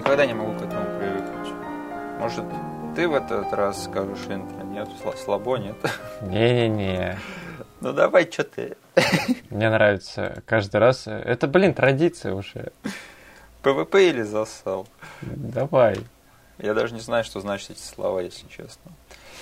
никогда не могу к этому привыкнуть. Может, ты в этот раз скажешь интро? Нет? Слабо, нет? Не-не-не. Ну давай, что ты? Мне нравится каждый раз. Это, традиция уже. ПВП или засал? Давай. Я даже не знаю, что значат эти слова, если честно.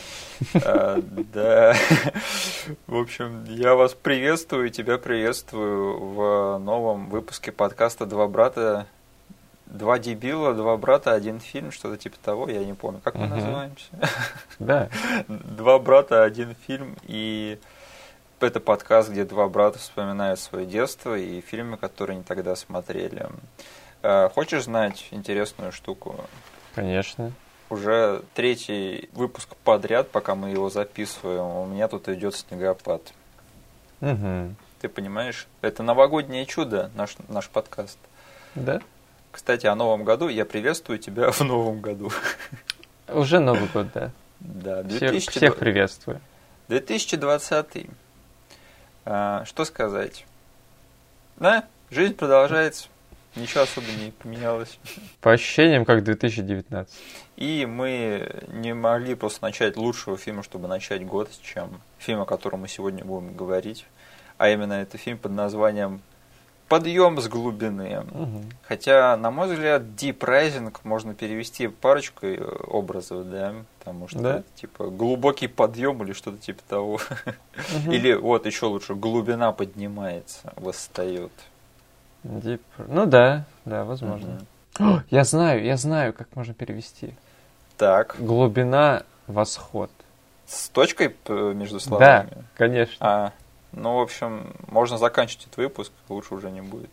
Да. В общем, я вас приветствую, тебя приветствую в новом выпуске подкаста «Два брата». Два дебила, два брата, один фильм, что-то типа того, я не помню. Как мы называемся? Да. Два брата, один фильм. И это подкаст, где два брата вспоминают свое детство и фильмы, которые они тогда смотрели. Хочешь знать интересную штуку? Конечно. Уже третий выпуск подряд, пока мы его записываем, у меня тут идет снегопад. Угу. Ты понимаешь? Это новогоднее чудо, наш подкаст. Да? Кстати, о Новом году. Я приветствую тебя в Новом году. Уже Новый год, да. Да, Всех приветствую. 2020. Что сказать? Да, жизнь продолжается. Ничего особо не поменялось. По ощущениям, как 2019. И мы не могли просто начать лучшего фильма, чтобы начать год, чем фильм, о котором мы сегодня будем говорить. А именно это фильм под названием «Подъем с глубины». Угу. Хотя, на мой взгляд, Deep Rising можно перевести парочкой образов, да, потому что да? Это, типа глубокий подъем или что-то типа того. Угу. Или вот еще лучше, глубина поднимается, восстает. Deep... Ну да, возможно. Угу. О, я знаю, как можно перевести. Так. Глубина, восход. С точкой между словами? Да, конечно. Ну, в общем, можно заканчивать этот выпуск, лучше уже не будет.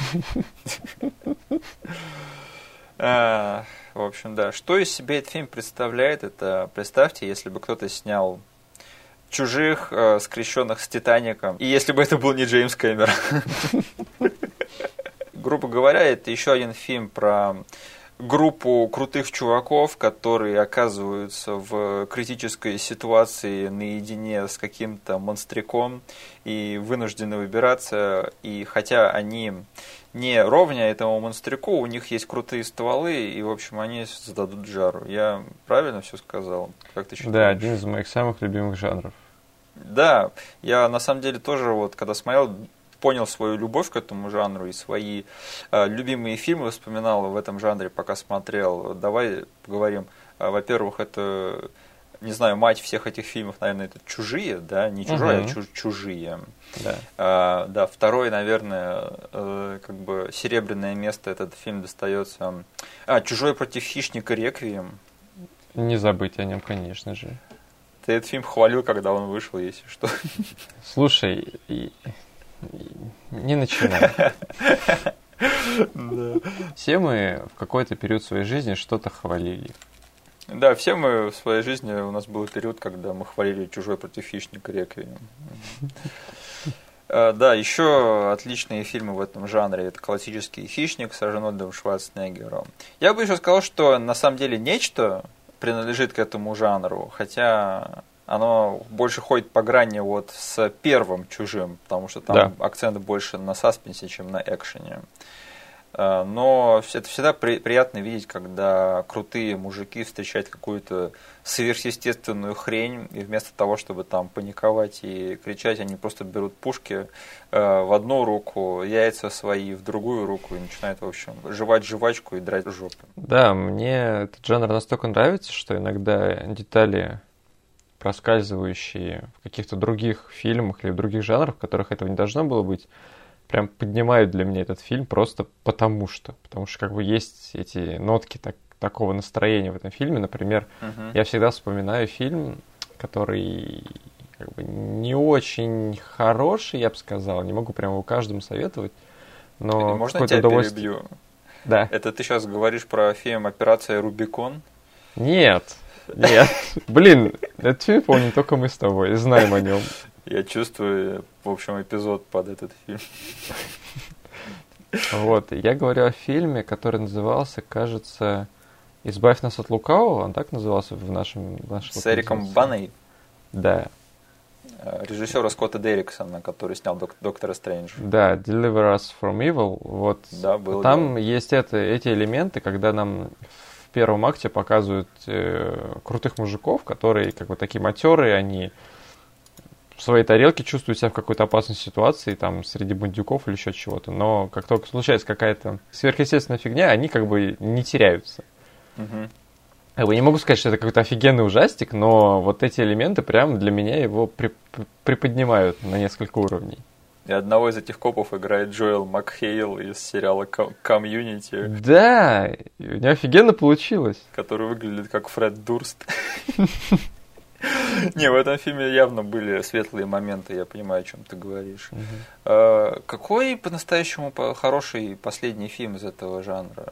В общем, да. Что из себя этот фильм представляет? Это, представьте, если бы кто-то снял «Чужих», скрещенных с «Титаником», и если бы это был не Джеймс Кэмерон. Грубо говоря, это еще один фильм про группу крутых чуваков, которые оказываются в критической ситуации наедине с каким-то монстряком и вынуждены выбираться. И хотя они не ровня этому монстряку, у них есть крутые стволы, и, в общем, они зададут жару. Я правильно все сказал? Как ты считаешь? Да, один из моих самых любимых жанров. Да, я на самом деле тоже, вот, когда смотрел, понял свою любовь к этому жанру и свои любимые фильмы вспоминал в этом жанре, пока смотрел. Давай поговорим. Во-первых, это, не знаю, мать всех этих фильмов, наверное, это «Чужие», да, не «Чужой», а «Чужие». Да. Да, второй, наверное, как бы серебряное место этот фильм достается. «Чужой против хищника. Реквием». Не забыть о нем, конечно же. Ты этот фильм хвалил, когда он вышел, если что. Слушай, не начинай. Все мы в какой-то период своей жизни что-то хвалили. Да, все мы в своей жизни, у нас был период, когда мы хвалили «Чужой против хищника. Реквием». Да, еще отличные фильмы в этом жанре. Это «Классический хищник» с Арнольдом Шварценеггером. Я бы еще сказал, что на самом деле «Нечто» принадлежит к этому жанру, хотя оно больше ходит по грани вот с первым «Чужим», потому что там акцент больше на саспенсе, чем на экшене. Но это всегда приятно видеть, когда крутые мужики встречают какую-то сверхъестественную хрень, и вместо того, чтобы там паниковать и кричать, они просто берут пушки в одну руку, яйца свои в другую руку и начинают, в общем, жевать жвачку и драть жопу. Да, мне этот жанр настолько нравится, что иногда детали, проскальзывающие в каких-то других фильмах или в других жанрах, в которых этого не должно было быть, прям поднимают для меня этот фильм просто потому что как бы есть эти нотки такого настроения в этом фильме. Например, я всегда вспоминаю фильм, который как бы не очень хороший, я бы сказал, не могу прямо его каждому советовать, но можно я тебя перебью? Да. Это ты сейчас говоришь про фильм «Операция Рубикон»? Нет. Блин, этот фильм помним только мы с тобой, знаем о нем. Я чувствую, в общем, эпизод под этот фильм. Вот, я говорю о фильме, который назывался, кажется, «Избавь нас от лукавого», он так назывался в нашем с Эриком Баной? Да. режиссера Скотта Дерриксона, который снял Доктора Стрэнджа. Да, Deliver Us From Evil. Вот. Да, было там дело. есть эти элементы, когда нам в первом акте показывают крутых мужиков, которые как бы такие матерые, они в своей тарелке чувствуют себя в какой-то опасной ситуации, там, среди бандюков или еще чего-то. Но как только случается какая-то сверхъестественная фигня, они как бы не теряются. Угу. Я не могу сказать, что это какой-то офигенный ужастик, но вот эти элементы прям для меня его приподнимают на несколько уровней. И одного из этих копов играет Джоэл Макхейл из сериала «Комьюнити». Да, у него офигенно получилось. Который выглядит как Фред Дурст. Не, в этом фильме явно были светлые моменты, я понимаю, о чем ты говоришь. Какой по-настоящему хороший последний фильм из этого жанра?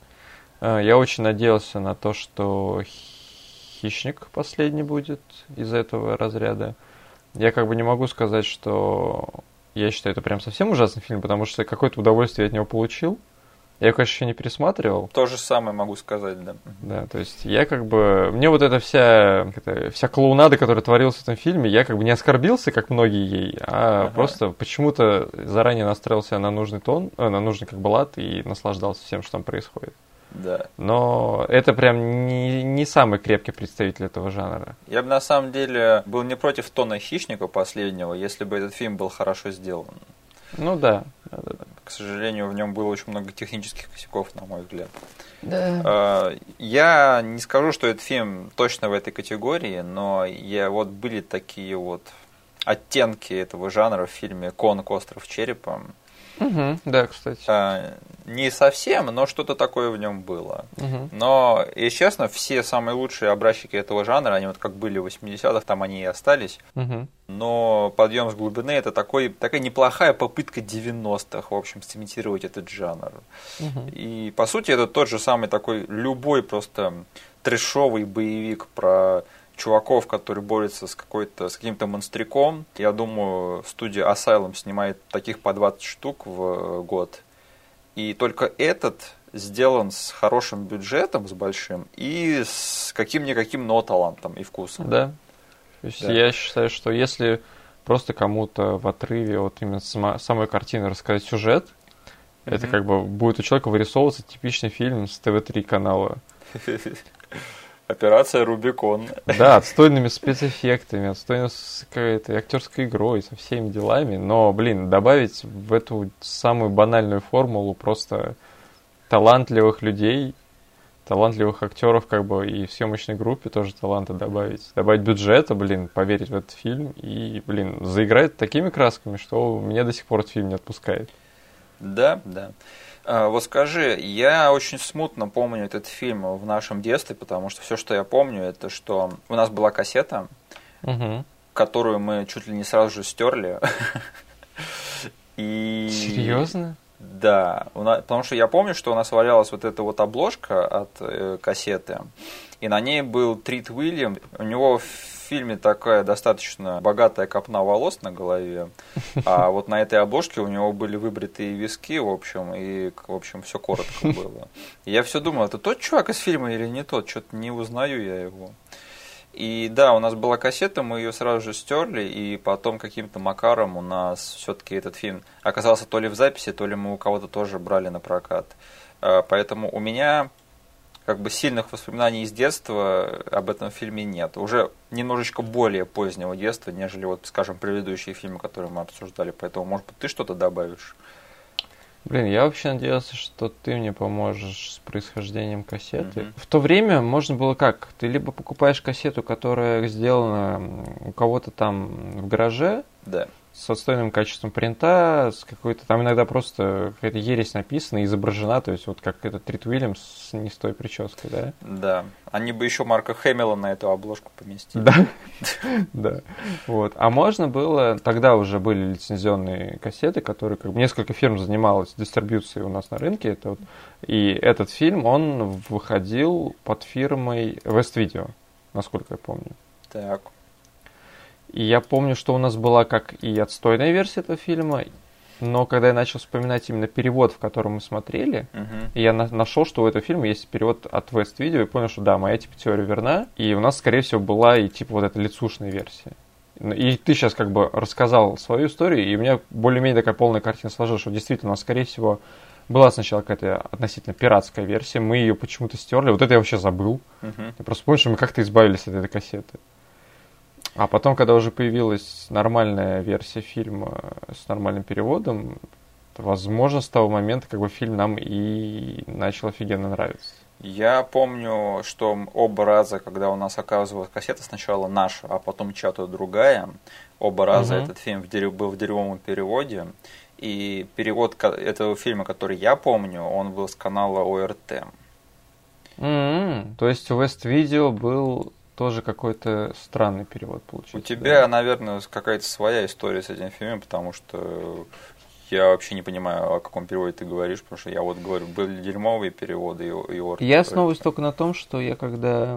Я очень надеялся на то, что «Хищник» последний будет из этого разряда. Я как бы не могу сказать, что я считаю это прям совсем ужасный фильм, потому что какое-то удовольствие от него получил. Я его, конечно, еще не пересматривал. То же самое могу сказать, да. Да, то есть я как бы... Мне вот эта вся клоунада, которая творилась в этом фильме, я как бы не оскорбился, как многие ей, а просто почему-то заранее настроился на нужный тон, на нужный как бы лад и наслаждался всем, что там происходит. Да. Но это прям не самый крепкий представитель этого жанра. Я бы на самом деле был не против тона «Хищника» последнего, если бы этот фильм был хорошо сделан. Ну да. К сожалению, в нем было очень много технических косяков, на мой взгляд. Да. Я не скажу, что этот фильм точно в этой категории, но вот были такие вот оттенки этого жанра в фильме «Конг. Остров черепа». Угу, да, кстати. Не совсем, но что-то такое в нем было. Угу. Но, если честно, все самые лучшие образчики этого жанра, они вот как были в 80-х, там они и остались. Угу. Но «Подъем с глубины» — это такая неплохая попытка 90-х, в общем, сцементировать этот жанр. Угу. И, по сути, это тот же самый такой любой просто трэшовый боевик про чуваков, которые борются с каким-то монстряком. Я думаю, студия Asylum снимает таких по 20 штук в год. И только этот сделан с хорошим бюджетом, с большим, и с каким-никаким, но талантом и вкусом. Да. То есть я считаю, что если просто кому-то в отрыве от именно самой картины рассказать сюжет, это как бы будет у человека вырисовываться типичный фильм с ТВ-3 канала. Операция Рубикон. Да, отстойными спецэффектами, отстойной какой-то актерской игрой, со всеми делами. Но, добавить в эту самую банальную формулу просто талантливых людей, талантливых актеров, как бы, и в съемочной группе тоже таланта добавить. Добавить бюджета, поверить в этот фильм и, заиграть такими красками, что меня до сих пор этот фильм не отпускает. Да, да. Вот скажи, я очень смутно помню этот фильм в нашем детстве, потому что все, что я помню, это что у нас была кассета, которую мы чуть ли не сразу же стерли. Серьезно? Да, потому что я помню, что у нас валялась вот эта вот обложка от кассеты, и на ней был Трит Уильям. У него в фильме такая достаточно богатая копна волос на голове, а вот на этой обложке у него были выбритые виски, в общем, все коротко было. И я все думал, это тот чувак из фильма или не тот, что-то не узнаю я его. И да, у нас была кассета, мы ее сразу же стерли, и потом каким-то макаром у нас все-таки этот фильм оказался то ли в записи, то ли мы у кого-то тоже брали на прокат. Поэтому у меня сильных воспоминаний из детства об этом фильме нет. Уже немножечко более позднего детства, нежели, скажем, предыдущие фильмы, которые мы обсуждали. Поэтому, может быть, ты что-то добавишь? Я вообще надеялся, что ты мне поможешь с происхождением кассеты. В то время можно было как? Ты либо покупаешь кассету, которая сделана у кого-то там в гараже, да, с отстойным качеством принта, с какой-то там иногда просто какая-то ересь написана, изображена, то есть вот как этот Трит Уильямс не с той прической, да? Да. Они бы еще Марка Хэмилла на эту обложку поместили. Да. Да. Вот. А можно было, тогда уже были лицензионные кассеты, которые несколько фирм занималось дистрибьюцией у нас на рынке. И этот фильм, он выходил под фирмой West Video, насколько я помню. Так. И я помню, что у нас была как и отстойная версия этого фильма, но когда я начал вспоминать именно перевод, в котором мы смотрели, я нашел, что у этого фильма есть перевод от West Video, и понял, что да, моя теория верна, и у нас, скорее всего, была и вот эта лицушная версия. И ты сейчас как бы рассказал свою историю, и у меня более-менее такая полная картина сложилась, что действительно, у нас, скорее всего, была сначала какая-то относительно пиратская версия, мы ее почему-то стерли, вот это я вообще забыл. Я просто помню, что мы как-то избавились от этой кассеты. А потом, когда уже появилась нормальная версия фильма с нормальным переводом, возможно, с того момента как бы фильм нам и начал офигенно нравиться. Я помню, что оба раза, когда у нас оказывалась кассета, сначала наша, а потом чья-то другая, оба раза этот фильм был в дерьмовом переводе. И перевод этого фильма, который я помню, он был с канала ОРТ. То есть у West Video был тоже какой-то странный перевод, получился. У тебя, наверное, какая-то своя история с этим фильмом, потому что я вообще не понимаю, о каком переводе ты говоришь, потому что я вот говорю, были дерьмовые переводы и ОРТ. Я основываюсь только на том, что я когда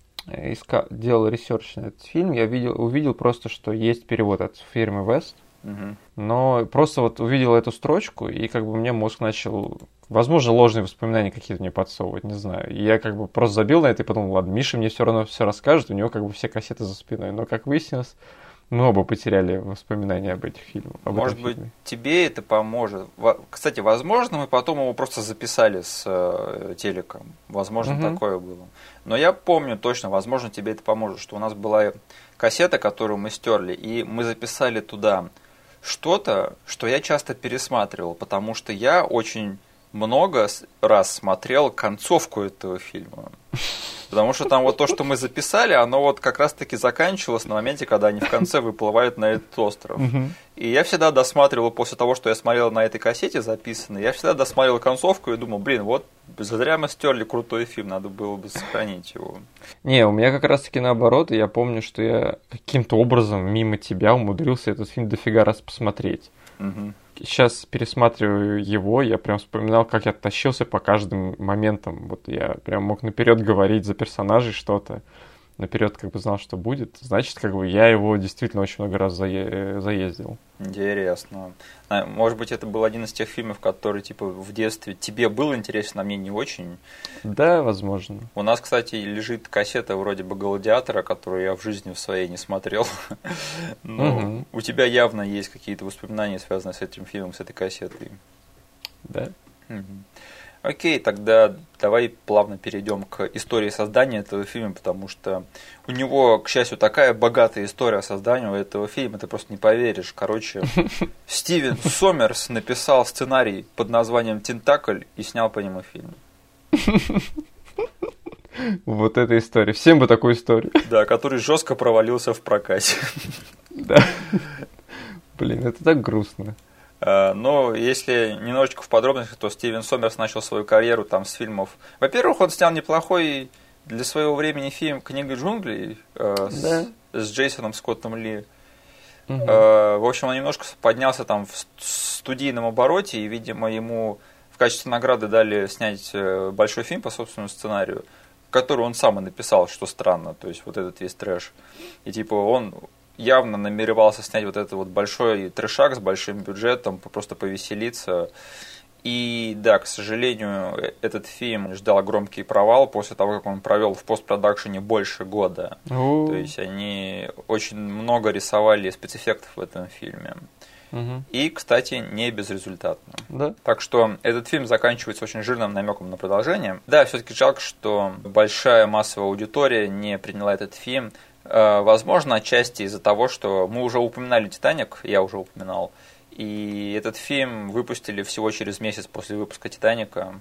делал ресерч на этот фильм, я увидел просто, что есть перевод от фирмы West. Но просто вот увидел эту строчку, и как бы мне мозг начал, возможно, ложные воспоминания какие-то мне подсовывать, не знаю. И я как бы просто забил на это и подумал, ладно, Миша мне все равно все расскажет, у него как бы все кассеты за спиной. Но, как выяснилось, мы оба потеряли воспоминания об этих фильмах. Может быть, тебе это поможет. Кстати, возможно, мы потом его просто записали с телеком. Возможно, такое было. Но я помню точно, возможно, тебе это поможет, что у нас была кассета, которую мы стерли, и мы записали туда что-то, что я часто пересматривал, потому что я очень много раз смотрел концовку этого фильма. Потому что там вот то, что мы записали, оно вот как раз-таки заканчивалось на моменте, когда они в конце выплывают на этот остров. И я всегда досматривал, после того, что я смотрел на этой кассете записанной, я всегда досматривал концовку и думал, блин, вот зря мы стерли крутой фильм, надо было бы сохранить его. Не, у меня как раз-таки наоборот, и я помню, что я каким-то образом мимо тебя умудрился этот фильм дофига раз посмотреть. Сейчас пересматриваю его, я прям вспоминал, как я тащился по каждым моментам. Вот я прям мог наперед говорить за персонажей что-то, наперед как бы знал, что будет. Значит, как бы я его действительно очень много раз заездил. Интересно. Может быть, это был один из тех фильмов, который типа в детстве тебе был интересен, а мне не очень. Да, возможно. У нас, кстати, лежит кассета вроде бы «Гладиатора», которую я в жизни в своей не смотрел. Но у тебя явно есть какие-то воспоминания, связанные с этим фильмом, с этой кассетой. Да. Окей, тогда давай плавно перейдем к истории создания этого фильма, потому что у него, к счастью, такая богатая история создания этого фильма, ты просто не поверишь. Короче, Стивен Сомерс написал сценарий под названием «Тентакль» и снял по нему фильм. Вот эта история. Всем бы такую историю. Да, который жестко провалился в прокате. Да. Блин, это так грустно. Но если немножечко в подробностях, то Стивен Сомерс начал свою карьеру там с фильмов. Во-первых, он снял неплохой для своего времени фильм «Книга джунглей» с Джейсоном Скоттом Ли. В общем, он немножко поднялся там в студийном обороте, и, видимо, ему в качестве награды дали снять большой фильм по собственному сценарию, который он сам и написал, что странно, то есть вот этот весь трэш. И типа он явно намеревался снять вот этот вот большой трешак с большим бюджетом, просто повеселиться. И да, к сожалению, этот фильм ждал громкий провал после того, как он провел в постпродакшене больше года. То есть они очень много рисовали спецэффектов в этом фильме. И, кстати, не безрезультатно. Да. Так что этот фильм заканчивается очень жирным намеком на продолжение. Да, все-таки жалко, что большая массовая аудитория не приняла этот фильм. Возможно, отчасти из-за того, что мы уже упоминали «Титаник», я уже упоминал, и этот фильм выпустили всего через месяц после выпуска «Титаника».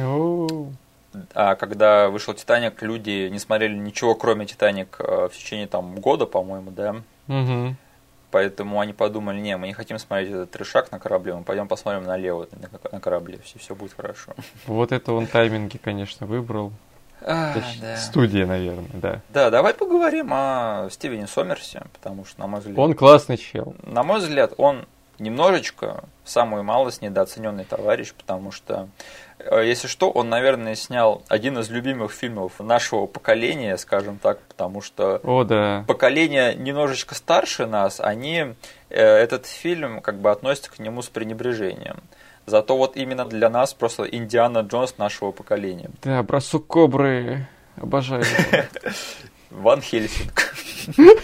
А когда вышел «Титаник», люди не смотрели ничего, кроме «Титаник» в течение там года, по-моему, да? Поэтому они подумали, не, мы не хотим смотреть этот трешак на корабле, мы пойдем посмотрим налево на корабле, все будет хорошо. Вот это он тайминги, конечно, выбрал. Да. Студия, наверное, да. Да, давай поговорим о Стивене Сомерсе, потому что, на мой взгляд... Он классный чел. На мой взгляд, он немножечко, самую малость, недооцененный товарищ, потому что, если что, он, наверное, снял один из любимых фильмов нашего поколения, скажем так, потому что поколение немножечко старше нас, они этот фильм как бы относятся к нему с пренебрежением. Зато вот именно для нас просто Индиана Джонс нашего поколения. Да, «Бросок кобры», обожаю. Ван Хельсинг.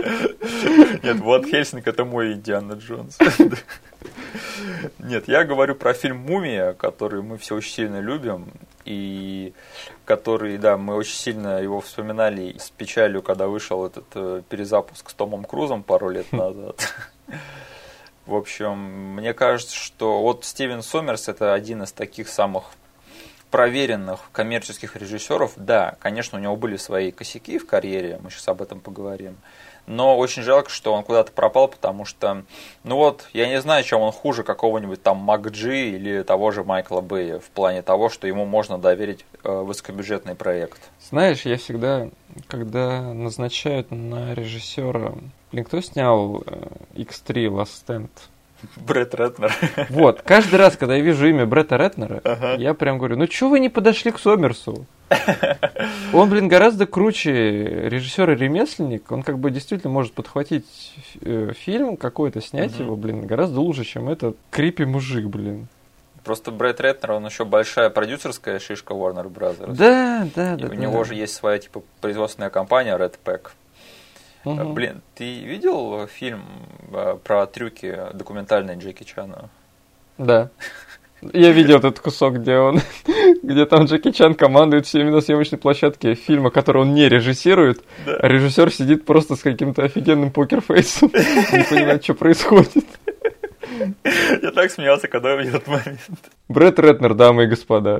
Нет, Ван Хельсинг — это мой Индиана Джонс. Нет, я говорю про фильм «Мумия», который мы все очень сильно любим, и который, да, мы очень сильно его вспоминали с печалью, когда вышел этот перезапуск с Томом Крузом пару лет назад. В общем, мне кажется, что вот Стивен Сомерс — это один из таких самых проверенных коммерческих режиссеров. Да, конечно, у него были свои косяки в карьере, мы сейчас об этом поговорим. Но очень жалко, что он куда-то пропал, потому что, ну вот, я не знаю, чем он хуже какого-нибудь там МакДжи или того же Майкла Бэя, в плане того, что ему можно доверить высокобюджетный проект. Знаешь, я всегда, когда назначают на режиссера... Блин, кто снял X3 Last Stand? Брэд Рэтнер. Вот, каждый раз, когда я вижу имя Бретта Рэтнера, я прям говорю, ну чё вы не подошли к Сомерсу? Он, блин, гораздо круче режиссер и ремесленник. Он как бы действительно может подхватить фильм какой-то, снять его, блин, гораздо лучше, чем этот крипи мужик, блин. Просто Брэд Рэтнер, он еще большая продюсерская шишка Warner Brothers. Да. У него же есть своя типа производственная компания Red Pack. Блин, ты видел фильм про трюки документальный Джеки Чана? Да. Я видел этот кусок, где там Джеки Чан командует всеми на съемочной площадке фильма, который он не режиссирует, а режиссер сидит просто с каким-то офигенным покерфейсом, не понимает, что происходит. Я так смеялся, когда увидел этот момент. Брэд Рэтнер, дамы и господа.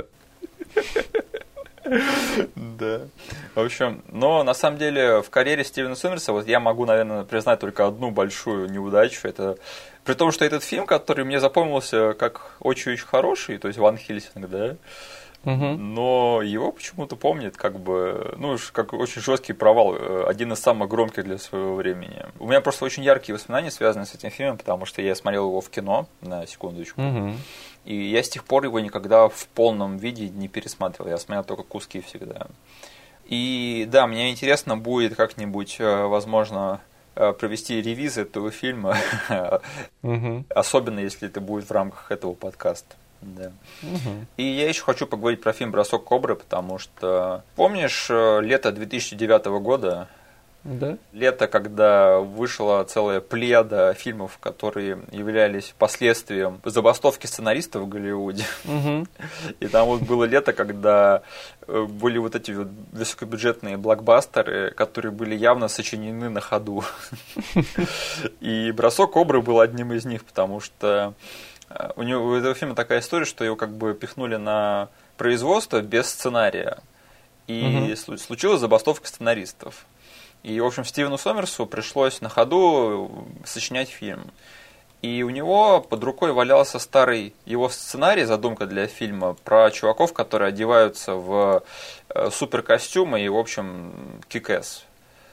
Да. В общем, но на самом деле в карьере Стивена Сомерса вот я могу, наверное, признать только одну большую неудачу. Это при том, что этот фильм, который мне запомнился как очень-очень хороший, то есть Ван Хельсинг, да, но его почему-то помнят как бы, ну, как очень жесткий провал, один из самых громких для своего времени. У меня просто очень яркие воспоминания связаны с этим фильмом, потому что я смотрел его в кино, на секундочку. И я с тех пор его никогда в полном виде не пересматривал. Я смотрел только куски всегда. И да, мне интересно будет как-нибудь, возможно, провести ревиз этого фильма. Особенно, если это будет в рамках этого подкаста. Да. И я еще хочу поговорить про фильм «Бросок кобры», потому что, помнишь, лето 2009 года? Да. Лето, когда вышла целая плеяда фильмов, которые являлись последствием забастовки сценаристов в Голливуде. И там вот было лето, когда были вот эти вот высокобюджетные блокбастеры, которые были явно сочинены на ходу. И «Бросок кобры» был одним из них, потому что у этого фильма такая история, что его как бы пихнули на производство без сценария. И случилась забастовка сценаристов. И, в общем, Стивену Сомерсу пришлось на ходу сочинять фильм. И у него под рукой валялся старый его сценарий, задумка для фильма, про чуваков, которые одеваются в суперкостюмы и, в общем, кик-эс.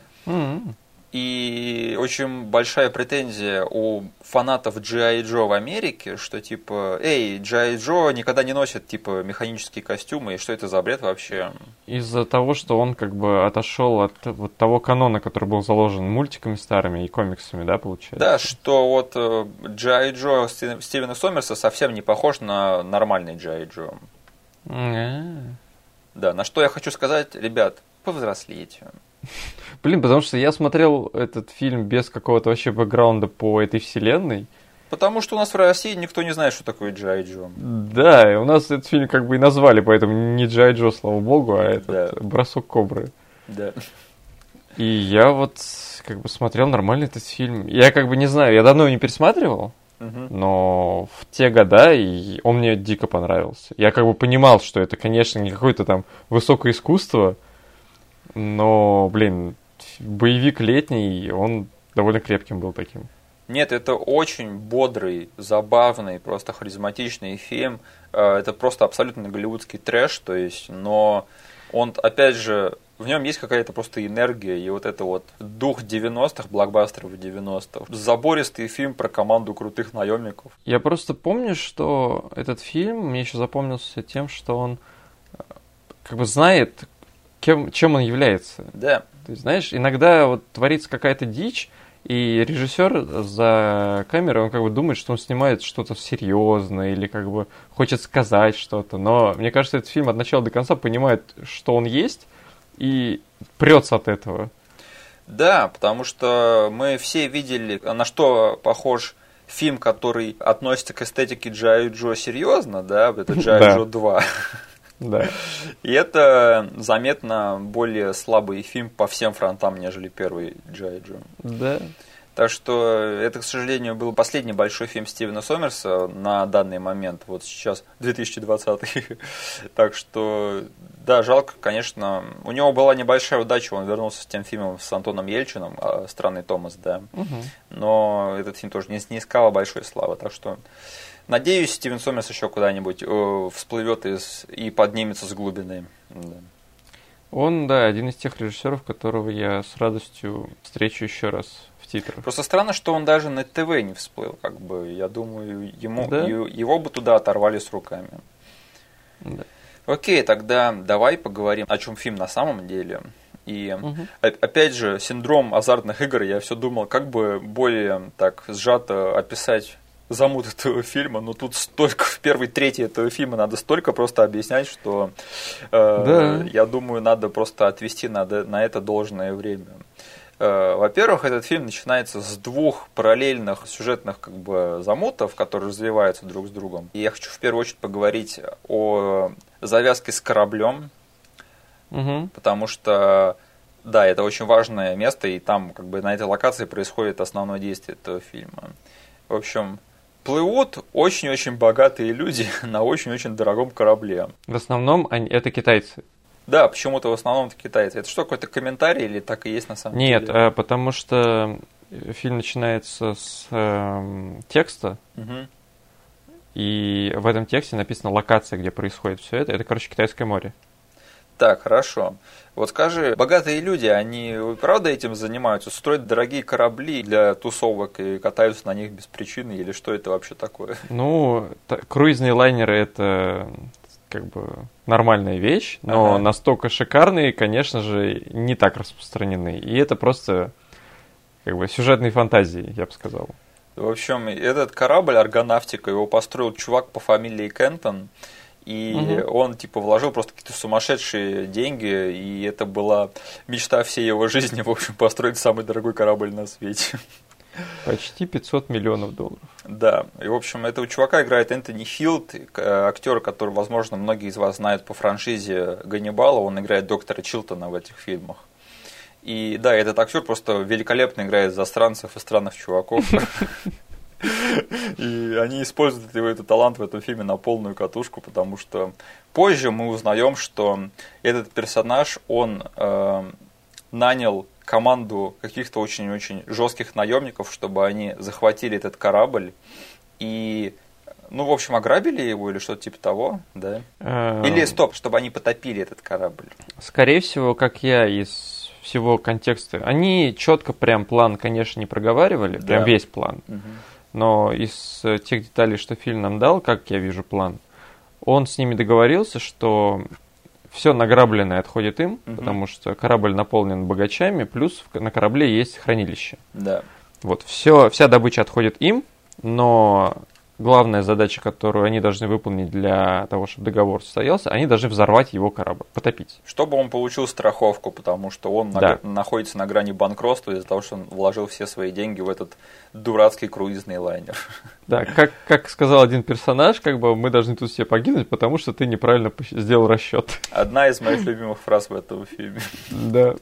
И очень большая претензия у фанатов G.I. Joe в Америке, что типа, эй, G.I. Joe никогда не носит типа механические костюмы, и что это за бред вообще? Из-за того, что он как бы отошел от вот того канона, который был заложен мультиками старыми и комиксами, да, получается? Да, что вот G.I. Joe Стивена Сомерса совсем не похож на нормальный G.I. Joe. Да, на что я хочу сказать, ребят, повзрослейте. Блин, потому что я смотрел этот фильм без какого-то вообще бэкграунда по этой вселенной. Потому что у нас в России никто не знает, что такое G.I. Joe. Да, и у нас этот фильм как бы и назвали, поэтому не G.I. Joe, слава богу, а этот «Бросок кобры». Да. И я вот как бы смотрел нормально этот фильм. Я как бы не знаю, я давно его не пересматривал, но в те года он мне дико понравился. Я как бы понимал, что это, конечно, не какое-то там высокое искусство, но, блин, боевик летний, он довольно крепким был таким. Нет, это очень бодрый, забавный, просто харизматичный фильм. Это просто абсолютно голливудский трэш, то есть, но он, опять же, в нем есть какая-то просто энергия, и вот это вот дух 90-х, блокбастеров 90-х. Забористый фильм про команду крутых наемников. Я просто помню, что этот фильм мне еще запомнился тем, что он как бы знает, чем он является. Да. То есть, знаешь, иногда вот творится какая-то дичь, и режиссер за камерой, он как бы думает, что он снимает что-то серьезное или как бы хочет сказать что-то. Но мне кажется, этот фильм от начала до конца понимает, что он есть, и прется от этого. Да, потому что мы все видели, на что похож фильм, который относится к эстетике G.I. Joe серьезно, да, это G.I. Joe 2. Да. И это заметно более слабый фильм по всем фронтам, нежели первый G.I. Joe. Да. Так что это, к сожалению, был последний большой фильм Стивена Сомерса на данный момент, вот сейчас 2020. Так что, да, жалко, конечно. У него была небольшая удача, он вернулся с тем фильмом с Антоном Ельчиным, «Странный Томас», да. Но этот фильм тоже не искал большой славы, так что... Надеюсь, Стивен Сомерс еще куда-нибудь всплывет и поднимется с глубины. Да. Он, да, один из тех режиссеров, которого я с радостью встречу еще раз в титрах. Просто странно, что он даже на ТВ не всплыл. Как бы, я думаю, Да? его бы туда оторвали с руками. Да. Окей, тогда давай поговорим, о чем фильм на самом деле. И опять же, синдром азартных игр, я все думал, как бы более так сжато описать замут этого фильма, но тут столько, в первой трети этого фильма надо столько просто объяснять, что я думаю, надо просто отвести на это должное время. Во-первых, этот фильм начинается с двух параллельных сюжетных как бы замутов, которые развиваются друг с другом. И я хочу в первую очередь поговорить о завязке с кораблем, потому что, да, это очень важное место, и там как бы на этой локации происходит основное действие этого фильма. В общем, плывут очень-очень богатые люди на очень-очень дорогом корабле. В основном это китайцы. Да, почему-то в основном это китайцы. Это что, какой-то комментарий или так и есть на самом деле? Нет, потому что фильм начинается с текста, и в этом тексте написана локация, где происходит все это. Это, короче, Китайское море. Так, хорошо. Вот скажи, богатые люди, они правда этим занимаются? Строят дорогие корабли для тусовок и катаются на них без причины? Или что это вообще такое? Ну, круизные лайнеры – это как бы нормальная вещь, но настолько шикарные, конечно же, не так распространены. И это просто как бы сюжетные фантазии, я бы сказал. В общем, этот корабль «Аргонавтика», его построил чувак по фамилии Кентон. И он, типа, вложил просто какие-то сумасшедшие деньги, и это была мечта всей его жизни, в общем, построить самый дорогой корабль на свете. Почти $500 миллионов. Да, и, в общем, этого чувака играет Энтони Хилд, актер, который, возможно, многие из вас знают по франшизе Ганнибала, он играет доктора Чилтона в этих фильмах. И, да, этот актер просто великолепно играет засранцев и странных чуваков. И они используют его этот талант в этом фильме на полную катушку, потому что позже мы узнаем, что этот персонаж, он нанял команду каких-то очень-очень жестких наемников, чтобы они захватили этот корабль и, ну, в общем, ограбили его или что-то типа того, да? Или, стоп, чтобы они потопили этот корабль. Скорее всего, как я из всего контекста, они четко прям план, конечно, не проговаривали, прям весь план. Но из тех деталей, что фильм нам дал, как я вижу план, он с ними договорился, что все награбленное отходит им, потому что корабль наполнен богачами, плюс на корабле есть хранилище. Да. Вот, вся добыча отходит им, но главная задача, которую они должны выполнить для того, чтобы договор состоялся, они должны взорвать его корабль, потопить. Чтобы он получил страховку, потому что он находится на грани банкротства из-за того, что он вложил все свои деньги в этот дурацкий круизный лайнер. Да, как сказал один персонаж, как бы мы должны тут все погибнуть, потому что ты неправильно сделал расчет. Одна из моих любимых фраз в этом фильме. Да.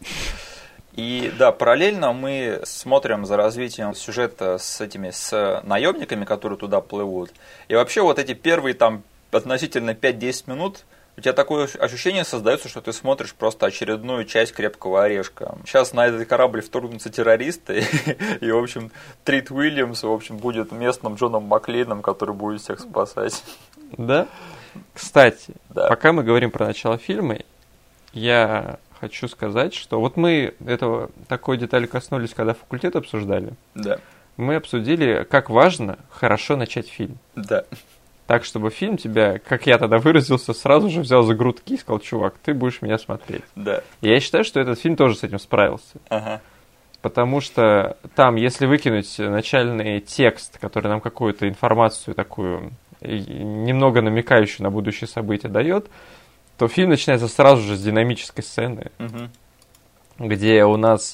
И да, параллельно мы смотрим за развитием сюжета с наемниками, которые туда плывут. И вообще вот эти первые там относительно 5-10 минут, у тебя такое ощущение создается, что ты смотришь просто очередную часть «Крепкого орешка». Сейчас на этот корабль вторгнутся террористы, и, в общем, Трит Уильямс, в общем, будет местным Джоном Маклейном, который будет всех спасать. Да? Кстати, пока мы говорим про начало фильма, я хочу сказать, что вот мы такой детали коснулись, когда факультет обсуждали. Да. Мы обсудили, как важно хорошо начать фильм. Да. Так, чтобы фильм тебя, как я тогда выразился, сразу же взял за грудки и сказал: чувак, ты будешь меня смотреть. Да. И я считаю, что этот фильм тоже с этим справился. Ага. Потому что там, если выкинуть начальный текст, который нам какую-то информацию такую, немного намекающую на будущее события дает, то фильм начинается сразу же с динамической сцены, где у нас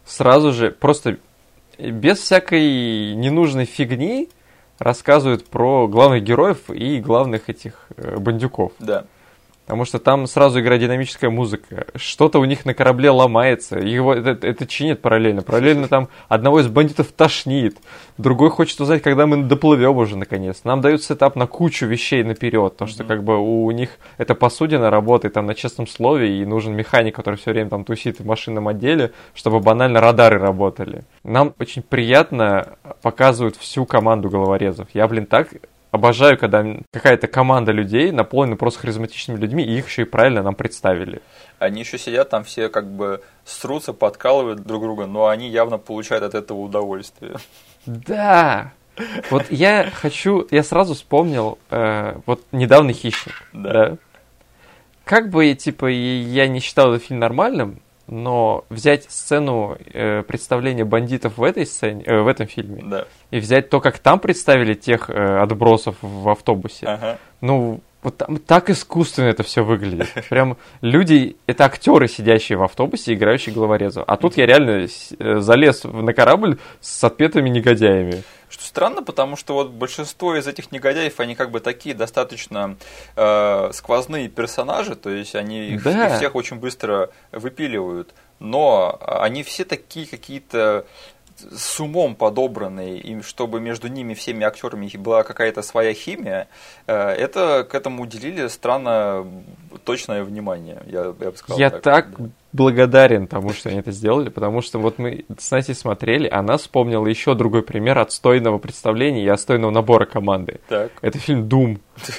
сразу же, просто без всякой ненужной фигни рассказывают про главных героев и главных этих бандюков. Да. Потому что там сразу играет динамическая музыка. Что-то у них на корабле ломается. Его это чинит параллельно. Параллельно там одного из бандитов тошнит. Другой хочет узнать, когда мы доплывем уже наконец. Нам дают сетап на кучу вещей наперед. Потому что как бы у них эта посудина работает там на честном слове. И нужен механик, который все время там тусит в машинном отделе, чтобы банально радары работали. Нам очень приятно показывают всю команду головорезов. Я, так... обожаю, когда какая-то команда людей наполнена просто харизматичными людьми, и их еще и правильно нам представили. Они еще сидят там все как бы срутся, подкалывают друг друга, но они явно получают от этого удовольствие. Да! Вот я сразу вспомнил, вот недавний «Хищник». Да. Как бы, я не считал этот фильм нормальным, но взять сцену представления бандитов в этом фильме, да. И взять то, как там представили тех отбросов в автобусе, вот там так искусственно это все выглядит. Прям люди, это актеры, сидящие в автобусе, играющие головорезов. А тут я реально залез на корабль с отпетыми негодяями. Что странно, потому что вот большинство из этих негодяев, они как бы такие достаточно сквозные персонажи, то есть они их всех очень быстро выпиливают, но они все такие какие-то с умом подобранные, и чтобы между ними всеми актерами была какая-то своя химия, это к этому уделили странно точное внимание, я бы сказал. Я так благодарен тому, что они это сделали, потому что вот мы с Настей смотрели, она вспомнила еще другой пример отстойного представления и отстойного набора команды. Так. Это фильм «Doom».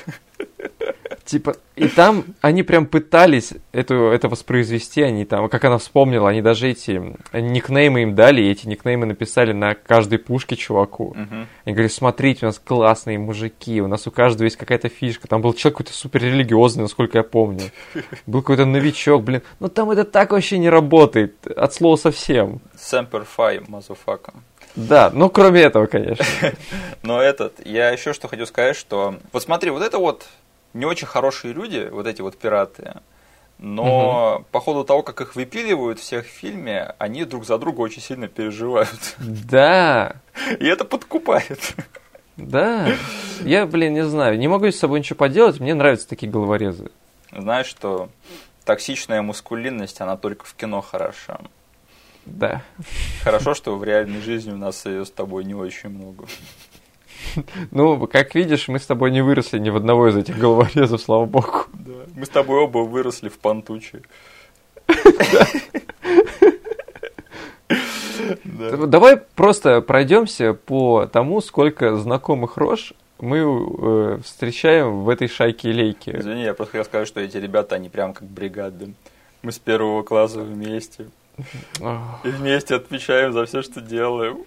И там они прям пытались это воспроизвести, они там, как она вспомнила, они даже эти никнеймы им дали, и эти никнеймы написали на каждой пушке чуваку. Они говорили, смотрите, у нас классные мужики, у нас у каждого есть какая-то фишка. Там был человек какой-то суперрелигиозный, насколько я помню. Был какой-то новичок, но там это так вообще не работает, от слова совсем. Semper Fi, motherfucker. Да, кроме этого, конечно. Но я еще что хотел сказать, что вот смотри, вот это вот не очень хорошие люди, вот эти вот пираты, но по ходу того, как их выпиливают всех в фильме, они друг за друга очень сильно переживают. Да. И это подкупает. Да. Я, не знаю, не могу с собой ничего поделать, мне нравятся такие головорезы. Знаешь, что токсичная маскулинность, она только в кино хороша. Да. Хорошо, что в реальной жизни у нас ее с тобой не очень много. Как видишь, мы с тобой не выросли ни в одного из этих головорезов, слава богу. Да. Мы с тобой оба выросли в Пантуче. Давай просто пройдемся по тому, сколько знакомых рож мы встречаем в этой шайке-лейке. Извини, я просто хотел сказать, что эти ребята, они прям как бригада. Мы с 1 класса вместе. И вместе отвечаем за все, что делаем.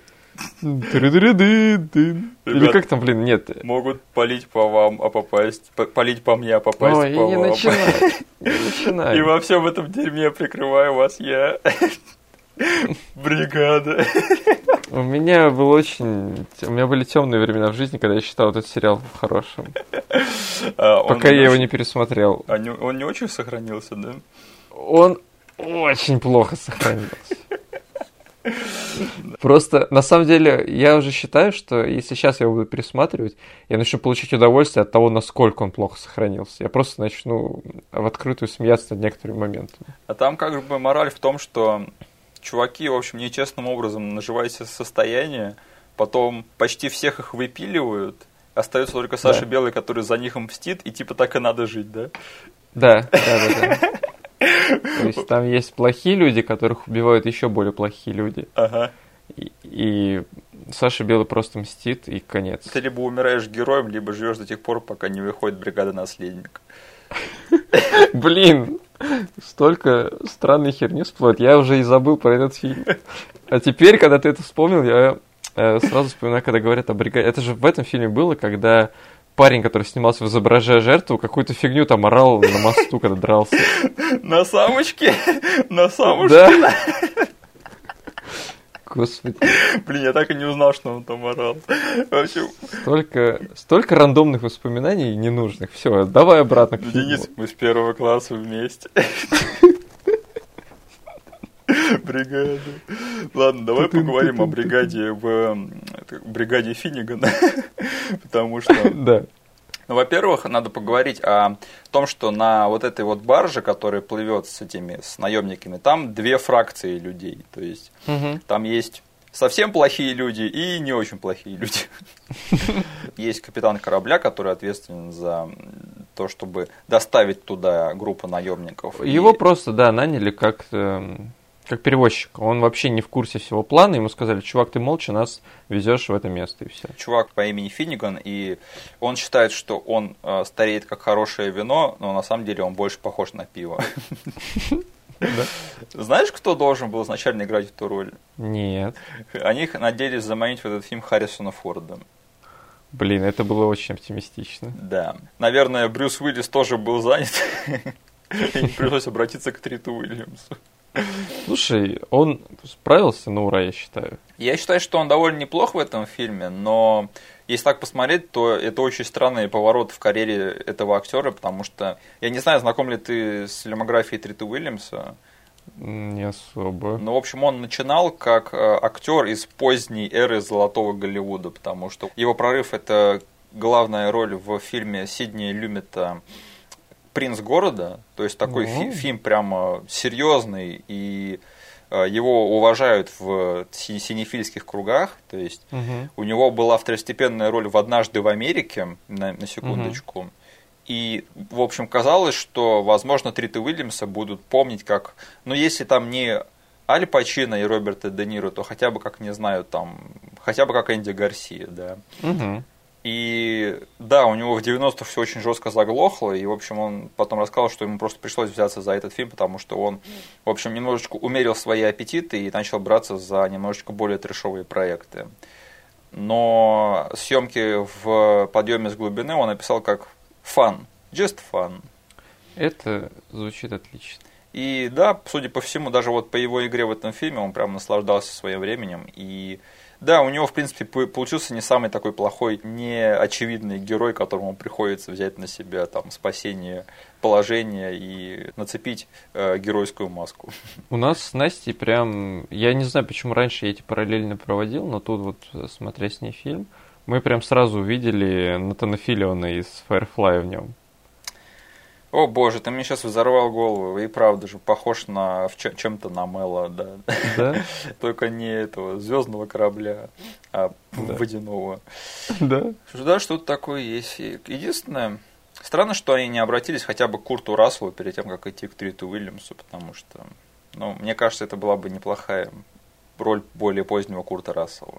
Или как там, нет. Могут палить по вам, палить по мне, а попасть по не вам. начинай. И во всем этом дерьме прикрываю вас я. Бригада. У меня были темные времена в жизни, когда я считал этот сериал хорошим. Пока я его не пересмотрел. Он не очень сохранился, да? Он очень плохо сохранился. Просто, на самом деле, я уже считаю, что если сейчас я его буду пересматривать, я начну получать удовольствие от того, насколько он плохо сохранился. Я просто начну в открытую смеяться над некоторыми моментами. А там как бы мораль в том, что чуваки, в общем, нечестным образом наживают себе состояние, потом почти всех их выпиливают, остается только Саша Белый, который за них мстит, и так и надо жить, да? Да. То есть там есть плохие люди, которых убивают еще более плохие люди. Ага. И Саша Белый просто мстит, и конец. Ты либо умираешь героем, либо живешь до тех пор, пока не выходит бригада наследник. Блин, столько странной херни всплывает. Я уже и забыл про этот фильм. А теперь, когда ты это вспомнил, я сразу вспоминаю, когда говорят о бригаде. Это же в этом фильме было, когда парень, который снимался в «Изображая жертву», какую-то фигню там орал на мосту, когда дрался. На самочке? Да. Господи. Блин, я так и не узнал, что он там орал. В общем... Столько рандомных воспоминаний ненужных. Все, давай обратно к фильму. Денис, мы с 1 класса вместе. Бригада. Ладно, давай поговорим о бригаде бригаде Финнигана. Потому что... Да. Ну, во-первых, надо поговорить о том, что на вот этой вот барже, которая плывет с наемниками, там две фракции людей. То есть там есть совсем плохие люди и не очень плохие люди. Есть капитан корабля, который ответственен за то, чтобы доставить туда группу наемников. Его просто, да, наняли как перевозчик. Он вообще не в курсе всего плана. Ему сказали: чувак, ты молча нас везешь в это место, и все. Чувак по имени Финниган, и он считает, что он стареет как хорошее вино, но на самом деле он больше похож на пиво. Знаешь, кто должен был изначально играть эту роль? Нет. Они надеялись заманить в этот фильм Харрисона Форда. Блин, это было очень оптимистично. Да. Наверное, Брюс Уиллис тоже был занят. И пришлось обратиться к Триту Уильямсу. Слушай, он справился на ура, я считаю. Я считаю, что он довольно неплох в этом фильме, но если так посмотреть, то это очень странный поворот в карьере этого актера, потому что, я не знаю, знаком ли ты с фильмографией Трита Уильямса. Не особо. Ну, в общем, он начинал как актер из поздней эры золотого Голливуда, потому что его прорыв – это главная роль в фильме Сидни Люмета «Принц города», то есть такой фильм прямо серьезный, и его уважают в синефильских кругах, то есть у него была второстепенная роль в «Однажды в Америке», на секундочку, и, в общем, казалось, что, возможно, Трита Уильямса будут помнить как, ну, если там не Аль Пачино и Роберта Де Ниро, то хотя бы, как, не знаю, там, хотя бы как Энди Гарсия, да. И да, у него в 90-х все очень жестко заглохло, и, в общем, он потом рассказал, что ему просто пришлось взяться за этот фильм, потому что он, в общем, немножечко умерил свои аппетиты и начал браться за немножечко более трэшовые проекты. Но съемки в «Подъеме с глубины» он описал как fun, just fun. Это звучит отлично. И да, судя по всему, даже вот по его игре в этом фильме он прям наслаждался своим временем. И да, у него, в принципе, получился не самый такой плохой, неочевидный герой, которому приходится взять на себя там спасение положения и нацепить геройскую маску. У нас с Настей прям, я не знаю, почему раньше я эти параллельно проводил, но тут вот, смотря с ней фильм, мы прям сразу увидели Натана Филлиона из Firefly в нем. О боже, ты мне сейчас взорвал голову, и правда же похож на чем-то на Мэла, да. Да? Только не этого звездного корабля, а водяного. Да. Да, что-то такое есть. Единственное, странно, что они не обратились хотя бы к Курту Расселу перед тем, как идти к Триту Уильямсу, потому что, ну, мне кажется, это была бы неплохая роль более позднего Курта Рассела.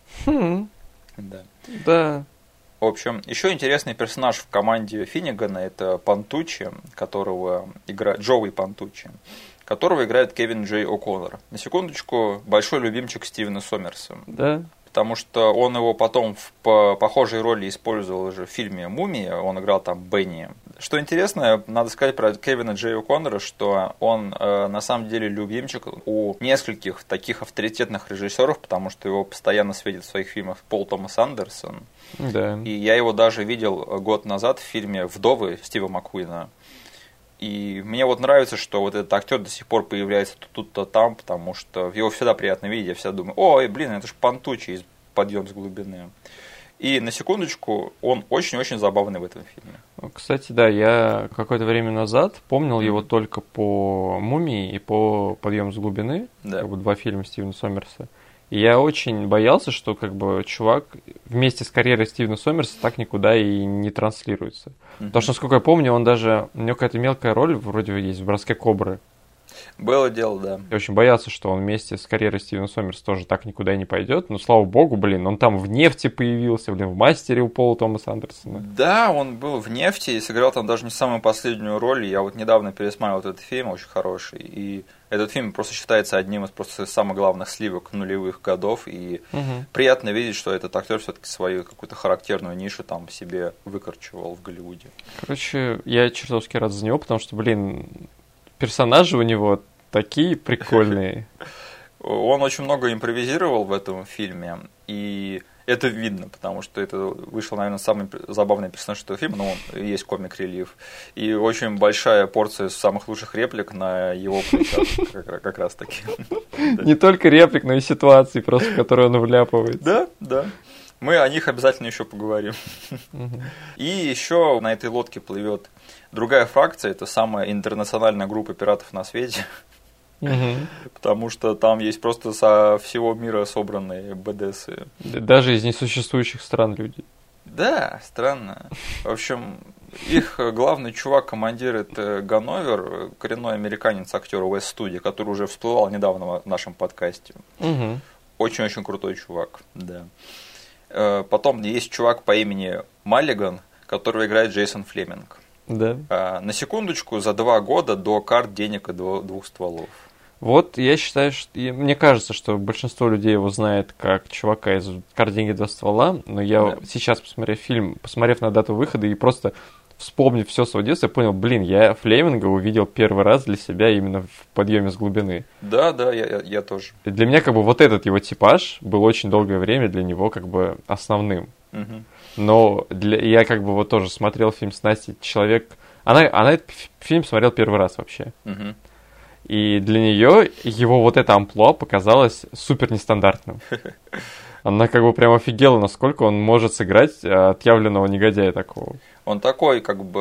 Да. Да. В общем, еще интересный персонаж в команде Финнигана – это Пантуччи, которого играет Джоуи Пантуччи, которого играет Кевин Джей О'Коннор. На секундочку, большой любимчик Стивена Сомерса. Да. Потому что он его потом в похожей роли использовал уже в фильме «Мумия», он играл там Бенни. Что интересно, надо сказать про Кевина Джей О'Коннора, что он на самом деле любимчик у нескольких таких авторитетных режиссеров, потому что его постоянно светит в своих фильмах Пол Томас Андерсон. Да. И я его даже видел год назад в фильме «Вдовы» Стива Маккуина. И мне вот нравится, что вот этот актер до сих пор появляется то тут, то там, потому что его всегда приятно видеть, я всегда думаю: ой, блин, это же Пантуччи из «Подъем с глубины». И на секундочку, он очень-очень забавный в этом фильме. Кстати, да, я какое-то время назад помнил его только по «Мумии» и по «Подъем с глубины», да. Как бы два фильма Стивена Сомерса. И я очень боялся, что как бы чувак вместе с карьерой Стивена Сомерса так никуда и не транслируется. Потому что, насколько я помню, у него какая-то мелкая роль вроде есть в «Броске кобры». Было дело, да. Я очень боялся, что он вместе с карьерой Стивена Сомерса тоже так никуда и не пойдет. Но, слава богу, блин, он там в «Нефти» появился, блин, в «Мастере» у Пола Томаса Андерсона. Да, он был в «Нефти» и сыграл там даже не самую последнюю роль. Я вот недавно пересматривал этот фильм, очень хороший. И этот фильм просто считается одним из просто самых главных сливок нулевых годов. И приятно видеть, что этот актер все-таки свою какую-то характерную нишу там себе выкорчевал в Голливуде. Короче, я чертовски рад за него, потому что, блин, персонажи у него такие прикольные. Он очень много импровизировал в этом фильме, и Это видно, потому что это вышел, наверное, самый забавный персонаж этого фильма, но он есть комик-релив. И очень большая порция самых лучших реплик на его плечах как раз таки. Не только реплик, но и ситуаций, просто в которые он вляпывается. Да, да. Мы о них обязательно еще поговорим. И еще на этой лодке плывет другая фракция, это самая интернациональная группа пиратов на свете. Потому что там есть просто со всего мира собранные БДСы. Даже из несуществующих стран люди. Да, странно. В общем, их главный чувак, командир, это Ганновер, коренной американец, актер West Studio, который уже всплывал недавно в нашем подкасте. Очень-очень крутой чувак, да. Потом есть чувак по имени Маллиган, который играет Джейсон Флеминг. Да. На секундочку, за 2 года до карт, денег и 2 стволов. Вот, я считаю, что... Мне кажется, что большинство людей его знает как чувака из «Карт, деньги, 2 ствола», но я сейчас, посмотрев фильм, посмотрев на дату выхода и просто вспомнив все свое детство, я понял, я Флеминга увидел первый раз для себя именно в «Подъеме с глубины». Да, я тоже. И для меня вот этот его типаж был очень долгое время для него основным. Но я вот тоже смотрел фильм с Настей «Человек». Она этот фильм смотрел первый раз вообще. И для нее его вот это амплуа показалось супер нестандартным. Она прям офигела, насколько он может сыграть отъявленного негодяя такого. Он такой,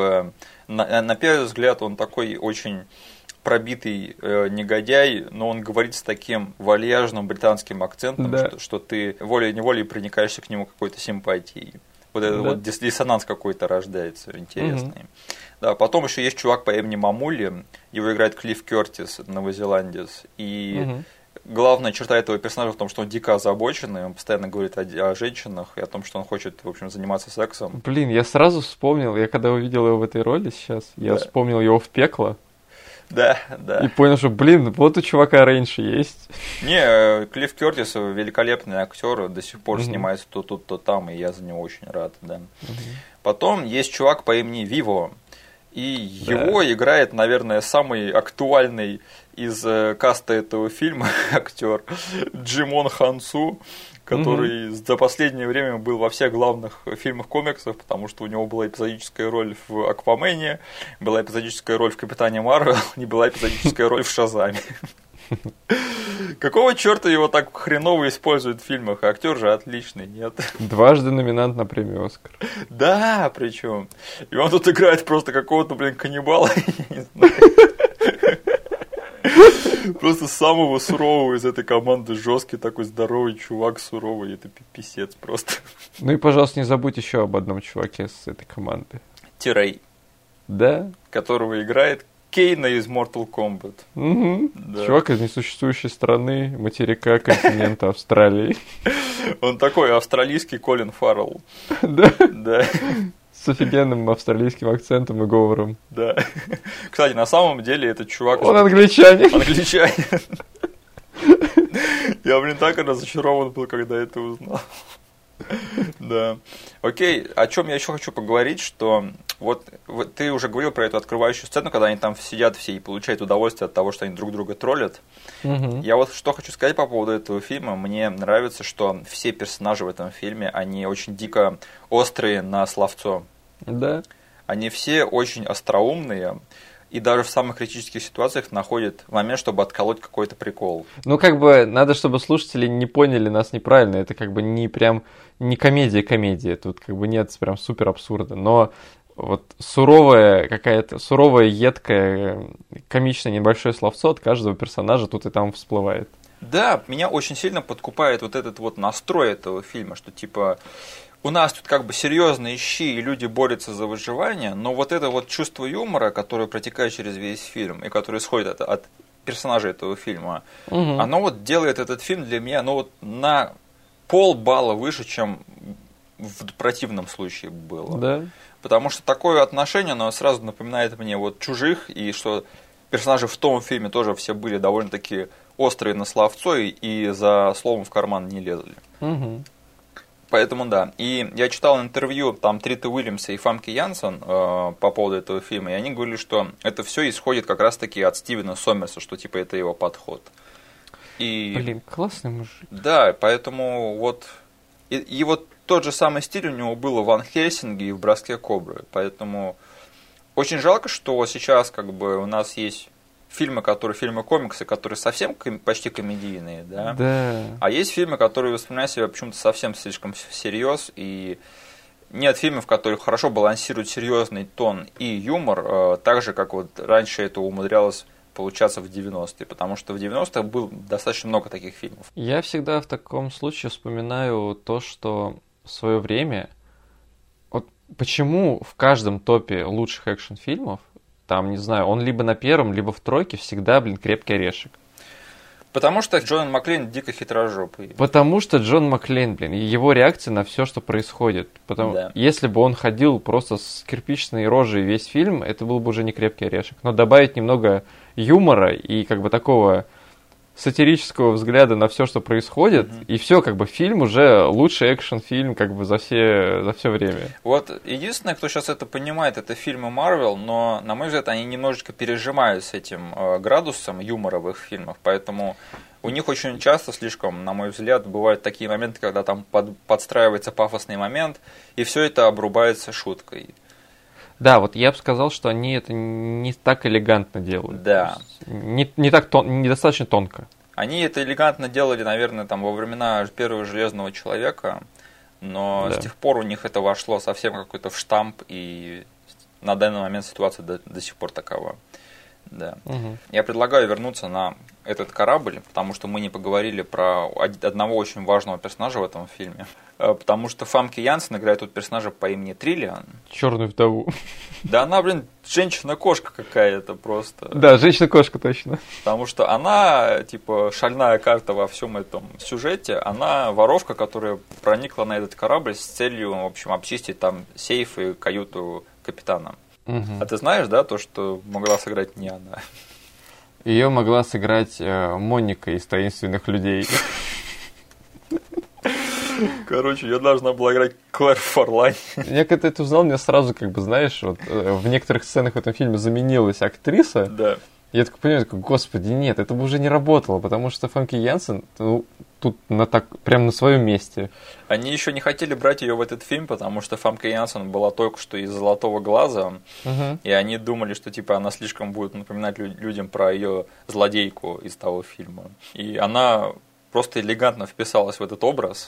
на первый взгляд, он такой очень пробитый негодяй, но он говорит с таким вальяжным британским акцентом, да. что ты волей-неволей проникаешься к нему какой-то симпатией. Вот этот диссонанс какой-то рождается интересный. Да, потом еще есть чувак по имени Мамули, его играет Клифф Кертис, новозеландец, и главная черта этого персонажа в том, что он дико озабоченный, он постоянно говорит о женщинах и о том, что он хочет, в общем, заниматься сексом. Я сразу вспомнил, я когда увидел его в этой роли сейчас, я вспомнил его в «Пекло». Да. И понял, что, вот у чувака рейндж есть. Не, Клифф Кертис великолепный актер, до сих пор снимается то тут, то там, и я за него очень рад, да. Потом есть чувак по имени Виво, и его играет, наверное, самый актуальный из каста этого фильма актер Джимон Хансу, который за последнее время был во всех главных фильмах комиксов, потому что у него была эпизодическая роль в «Аквамене», была эпизодическая роль в «Капитане Марвел», не была эпизодическая роль в «Шазаме». Какого черта его так хреново используют в фильмах? Актер же отличный, нет? Дважды номинант на премию «Оскар». Да, причем. И он тут играет просто какого-то, каннибала, я не знаю. Просто самого сурового из этой команды, жесткий такой здоровый чувак, суровый, это пипец просто. Ну и, пожалуйста, не забудь еще об одном чуваке с этой команды. Тирей. Да? Которого играет Кейна из Mortal Kombat. Да. Чувак из несуществующей страны, материка, континента Австралии. Он такой австралийский Колин Фаррелл. Да? Да. С офигенным австралийским акцентом и говором. Да. Кстати, на самом деле этот чувак... Он англичанин. Англичанин. Я, так разочарован был, когда это узнал. Да. Окей, о чем я еще хочу поговорить, что вот ты уже говорил про эту открывающую сцену, когда они там сидят все и получают удовольствие от того, что они друг друга троллят. Я вот что хочу сказать по поводу этого фильма. Мне нравится, что все персонажи в этом фильме, они очень дико острые на словцо. Да. Они все очень остроумные. И даже в самых критических ситуациях находят момент, чтобы отколоть какой-то прикол. Ну, надо, чтобы слушатели не поняли нас неправильно. Это не комедия. Тут нет прям супер абсурда. Но вот суровое, едкое, комичное небольшое словцо от каждого персонажа тут и там всплывает. Да, меня очень сильно подкупает вот этот вот настрой этого фильма, что типа... У нас тут серьезные щи, и люди борются за выживание, но вот это вот чувство юмора, которое протекает через весь фильм, и которое исходит от персонажей этого фильма, оно вот делает этот фильм для меня, на полбалла выше, чем в противном случае было. Да. Потому что такое отношение, оно сразу напоминает мне вот «Чужих», и что персонажи в том фильме тоже все были довольно-таки острые на словцо, и за словом в карман не лезли. Поэтому да. И я читал интервью там Триты Уильямса и Фамки Янсен по поводу этого фильма, и они говорили, что это все исходит как раз-таки от Стивена Сомерса, что типа это его подход. И... Блин, классный мужик. Да, поэтому вот И вот тот же самый стиль у него был в «Ван Хельсинге» и в «Броске кобры». Поэтому очень жалко, что сейчас как бы у нас есть фильмы-комиксы, которые совсем почти комедийные, да? Да. А есть фильмы, которые воспринимают себя почему-то совсем слишком всерьез, и нет фильмов, в которых хорошо балансируют серьезный тон и юмор, так же, как вот раньше это умудрялось получаться в 90-е, потому что в 90-х было достаточно много таких фильмов. Я всегда в таком случае вспоминаю то, что в свое время... Вот почему в каждом топе лучших экшн-фильмов, там, не знаю, он либо на первом, либо в тройке всегда, «Крепкий орешек». Потому что Джон Маклейн дико хитрожопый. Потому что Джон Маклейн, и его реакция на все, что происходит. Да. Если бы он ходил просто с кирпичной рожей весь фильм, это был бы уже не «Крепкий орешек». Но добавить немного юмора и как бы такого сатирического взгляда на все, что происходит, и все, как бы фильм уже лучший экшн-фильм как бы за все время. Вот единственное, кто сейчас это понимает, это фильмы Marvel, но, на мой взгляд, они немножечко пережимают с этим градусом юмора в их фильмах, поэтому у них очень часто слишком, на мой взгляд, бывают такие моменты, когда там подстраивается пафосный момент, и все это обрубается шуткой. Да, вот я бы сказал, что они это не так элегантно делают. Да. Недостаточно тонко. Они это элегантно делали, наверное, там во времена первого «Железного человека», но с тех пор у них это вошло совсем какой-то в штамп, и на данный момент ситуация до сих пор такова. Да. Я предлагаю вернуться на этот корабль, потому что мы не поговорили про одного очень важного персонажа в этом фильме. Потому что Фамке Янсен играет тут персонажа по имени Триллиан. Черную вдову. Да она, женщина-кошка какая-то просто. Да, женщина-кошка, точно. Потому что она, типа, шальная карта во всем этом сюжете. Она воровка, которая проникла на этот корабль с целью, в общем, обчистить там сейф и каюту капитана. А ты знаешь, да, то, что могла сыграть не она? Ее могла сыграть Моника из «Таинственных людей». Короче, ее должна была играть Клэр Форлайн. Я когда это узнал, мне сразу, как бы, знаешь, вот в некоторых сценах в этом фильме заменилась актриса. Да. Я такой понимаю, господи, нет, это бы уже не работало, потому что Фамке Янсен тут прям на своем месте. Они еще не хотели брать ее в этот фильм, потому что Фамке Янсен была только что из «Золотого глаза», и они думали, что типа она слишком будет напоминать людям про ее злодейку из того фильма. И она просто элегантно вписалась в этот образ.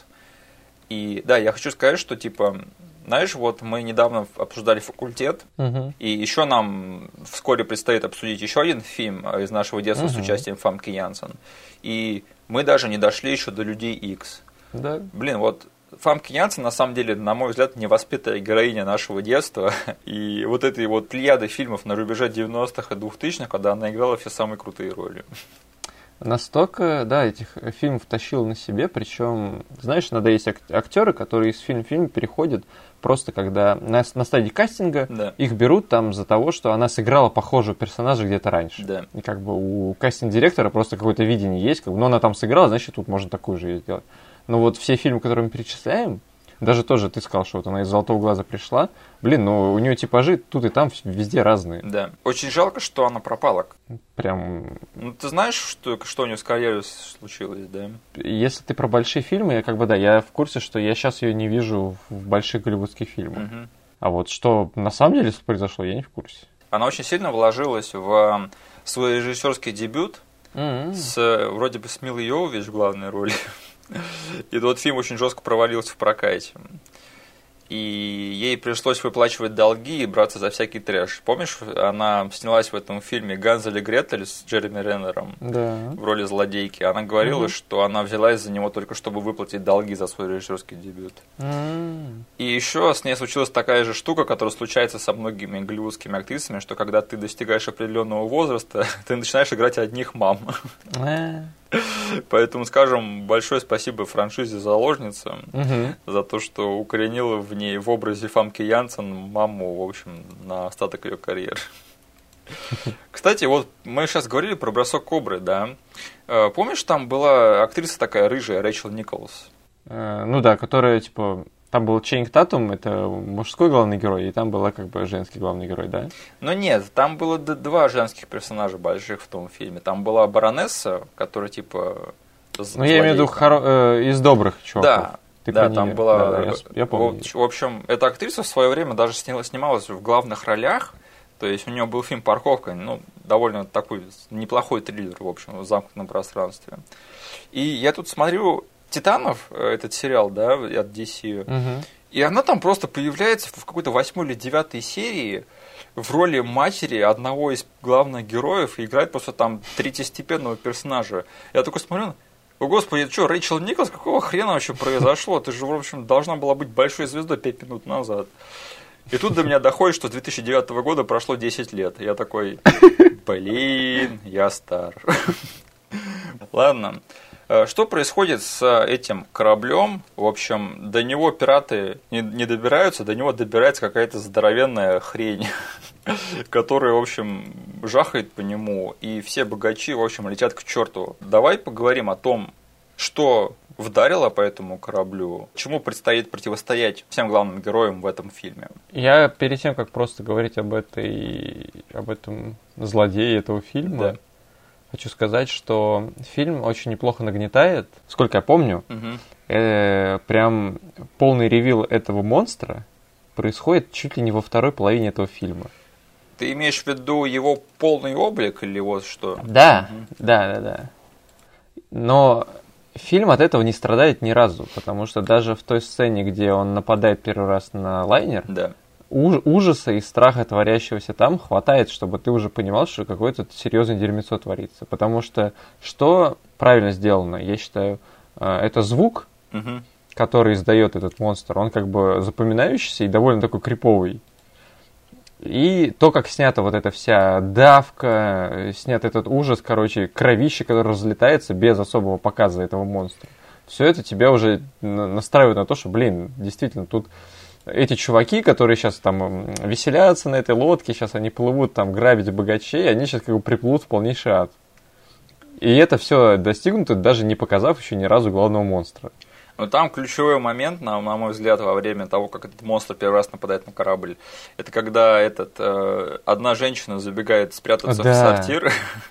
И да, я хочу сказать, что типа, знаешь, вот мы недавно обсуждали «Факультет», и еще нам вскоре предстоит обсудить еще один фильм из нашего детства с участием Фамки Янсен. И мы даже не дошли еще до «Людей Икс». Да. Блин, вот Фамки Янсен, на самом деле, на мой взгляд, невоспитанная героиня нашего детства. И вот этой вот плеяды фильмов на рубеже 90-х и 2000-х, когда она играла все самые крутые роли. Настолько, да, этих фильмов тащил на себе, причем, знаешь, иногда есть актеры, которые из фильма в фильм переходят просто когда на стадии кастинга их берут там за того, что она сыграла похожего персонажа где-то раньше. Да. И как бы у кастинг-директора просто какое-то видение есть, как бы, но она там сыграла, значит, тут можно такую же сделать. Но вот все фильмы, которые мы перечисляем, даже тоже ты сказал, что вот она из «Золотого глаза» пришла. Блин, ну у нее типажи тут и там везде разные. Да. Очень жалко, что она пропала. Прям... Ну, ты знаешь, что у нее с карьерой случилось, да? Если ты про большие фильмы, я в курсе, что я сейчас ее не вижу в больших голливудских фильмах. А вот что на самом деле произошло, я не в курсе. Она очень сильно вложилась в свой режиссерский дебют вроде бы с Милой Йовович в главной роли. И тот фильм очень жестко провалился в прокате. И ей пришлось выплачивать долги и браться за всякий трэш. Помнишь, она снялась в этом фильме «Ганзель и Гретель» с Джереми Реннером в роли злодейки. Она говорила, что она взялась за него только чтобы выплатить долги за свой режиссерский дебют. И еще с ней случилась такая же штука, которая случается со многими голливудскими актрисами, что когда ты достигаешь определенного возраста, ты начинаешь играть одних мам. Поэтому скажем большое спасибо франшизе «Заложница» за то, что укоренила в ней в образе Фамки Янсен маму, в общем, на остаток ее карьеры. Кстати, вот мы сейчас говорили про «Бросок кобры», да? Помнишь, там была актриса такая рыжая, Рэйчел Николс? Ну да, которая, типа, там был Чейнинг Татум, это мужской главный герой, и там была как бы женский главный герой, да? Ну нет, там было два женских персонажа больших в том фильме. Там была баронесса, которая, типа, ну я имею в виду из добрых чуваков. Да. Ты да, про там неё. была... Да, я помню. В общем, эта актриса в свое время даже снималась в главных ролях. То есть у нее был фильм «Парковка», ну, довольно такой неплохой триллер, в общем, в замкнутом пространстве. И я тут смотрю «Титанов», этот сериал, да, от DC, и она там просто появляется в какой-то 8 или 9 серии в роли матери одного из главных героев и играет просто там третьестепенного персонажа. Я такой смотрю, о господи, это что, Рэйчел Николс, какого хрена вообще произошло? Ты же, в общем, должна была быть большой звездой 5 минут назад. И тут до меня доходит, что с 2009 года прошло 10 лет. Я такой, блин, я стар. Ладно. Что происходит с этим кораблем? В общем, до него пираты не добираются, до него добирается какая-то здоровенная хрень, которая, в общем, жахает по нему, и все богачи, в общем, летят к черту. Давай поговорим о том, что вдарило по этому кораблю, чему предстоит противостоять всем главным героям в этом фильме. Я перед тем, как просто говорить об этом злодее этого фильма, да, хочу сказать, что фильм очень неплохо нагнетает. Сколько я помню, прям полный ревил этого монстра происходит чуть ли не во второй половине этого фильма. Ты имеешь в виду его полный облик или вот что? Да, да. Но фильм от этого не страдает ни разу, потому что даже в той сцене, где он нападает первый раз на лайнер, да, ужаса и страха, творящегося там, хватает, чтобы ты уже понимал, что какое-то серьезное дерьмецо творится. Потому что что правильно сделано, я считаю, это звук, который издает этот монстр, он как бы запоминающийся и довольно такой криповый. И то, как снята вот эта вся давка, снят этот ужас, короче, кровище, которое разлетается без особого показа этого монстра. Все это тебя уже настраивает на то, что, блин, действительно, тут эти чуваки, которые сейчас там веселятся на этой лодке, сейчас они плывут там грабить богачей, они сейчас как бы приплывут в полнейший ад. И это все достигнуто, даже не показав еще ни разу главного монстра. Но там ключевой момент, на мой взгляд, во время того, как этот монстр первый раз нападает на корабль, это когда одна женщина забегает спрятаться в сортир,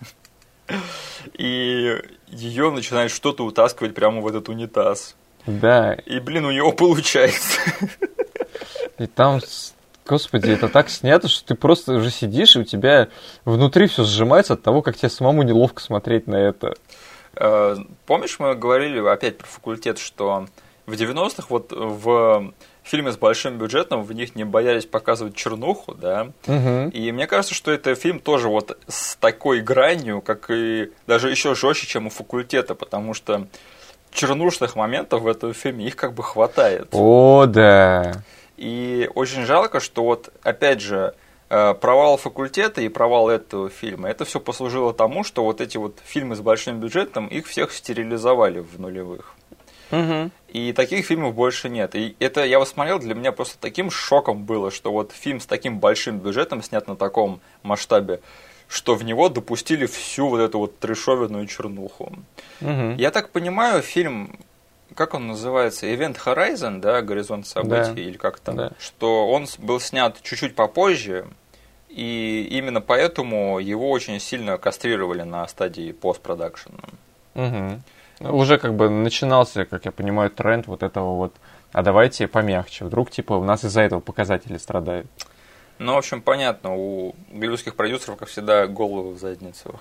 и ее начинает что-то утаскивать прямо в этот унитаз. Да. И, блин, у него получается. И там, господи, это так снято, что ты просто уже сидишь, и у тебя внутри все сжимается от того, как тебе самому неловко смотреть на это. Помнишь, мы говорили опять про «Факультет», что в 90-х вот в фильме с большим бюджетом в них не боялись показывать чернуху, да? И мне кажется, что это фильм тоже вот с такой гранью, как и даже еще жестче, чем у «Факультета», потому что чернушных моментов в этом фильме их как бы хватает. О, да. И очень жалко, что вот опять же провал «Факультета» и провал этого фильма, это все послужило тому, что вот эти вот фильмы с большим бюджетом, их всех стерилизовали в нулевых. И таких фильмов больше нет. И это, я вот смотрел, для меня просто таким шоком было, что вот фильм с таким большим бюджетом снят на таком масштабе, что в него допустили всю вот эту вот трэшовенную чернуху. Я так понимаю, фильм, как он называется, Event Horizon, да, «Горизонт событий», да, или как там, да, что он был снят чуть-чуть попозже, и именно поэтому его очень сильно кастрировали на стадии постпродакшена. Уже как бы начинался, как я понимаю, тренд вот этого вот, а давайте помягче, вдруг типа у нас из-за этого показатели страдают. Ну, в общем, понятно, у голливудских продюсеров, как всегда, головы в задницу.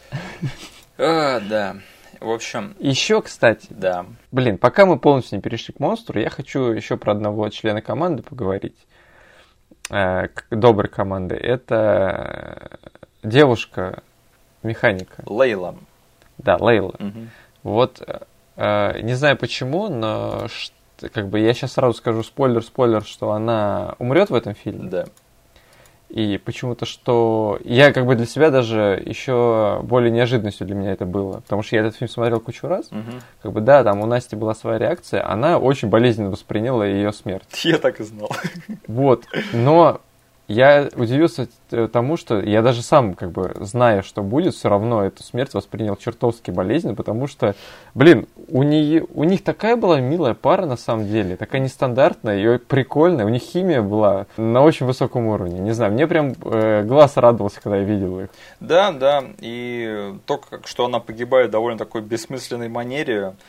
Да. В общем... Еще, кстати, да. Блин, пока мы полностью не перешли к монстру, я хочу еще про одного члена команды поговорить. Доброй команды. Это девушка-механика. Лейла. Да, Лейла. Вот, не знаю почему, но как бы я сейчас сразу скажу спойлер, что она умрет в этом фильме. Да. И почему-то, что я как бы для себя даже еще более неожиданностью для меня это было. Потому что я этот фильм смотрел кучу раз. Как бы да, там у Насти была своя реакция, она очень болезненно восприняла ее смерть. Я так и знал. Вот, но я удивился тому, что я даже сам, как бы, зная, что будет, все равно эту смерть воспринял чертовски болезненно, потому что, блин, у них такая была милая пара, на самом деле, такая нестандартная и прикольная, у них химия была на очень высоком уровне, не знаю, мне прям глаз радовался, когда я видел их. Да, и то, что она погибает в довольно такой бессмысленной манере,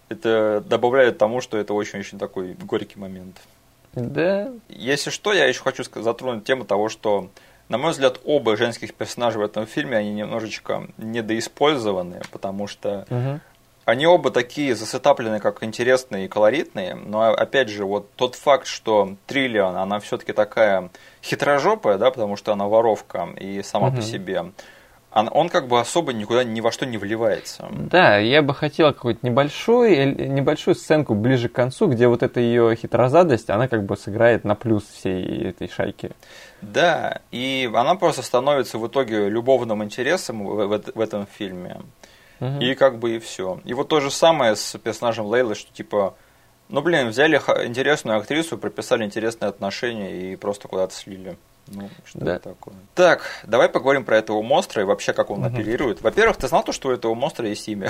это добавляет тому, что это очень-очень такой горький момент. Да. Если что, я еще хочу затронуть тему того, что, на мой взгляд, оба женских персонажа в этом фильме, они немножечко недоиспользованы, потому что они оба такие засетаплены, как интересные и колоритные, но, опять же, вот тот факт, что Триллиан, она все-таки такая хитрожопая, да, потому что она воровка и сама по себе, он как бы особо никуда ни во что не вливается. Да, я бы хотел какую-то небольшую сценку ближе к концу, где вот эта ее хитрозадость, она как бы сыграет на плюс всей этой шайки. Да, и она просто становится в итоге любовным интересом в этом фильме. И как бы и все. И вот то же самое с персонажем Лейлы, что типа, ну блин, взяли интересную актрису, прописали интересные отношения и просто куда-то слили. Ну, что это такое? Так, давай поговорим про этого монстра и вообще, как он апеллирует. Во-первых, ты знал то, что у этого монстра есть имя?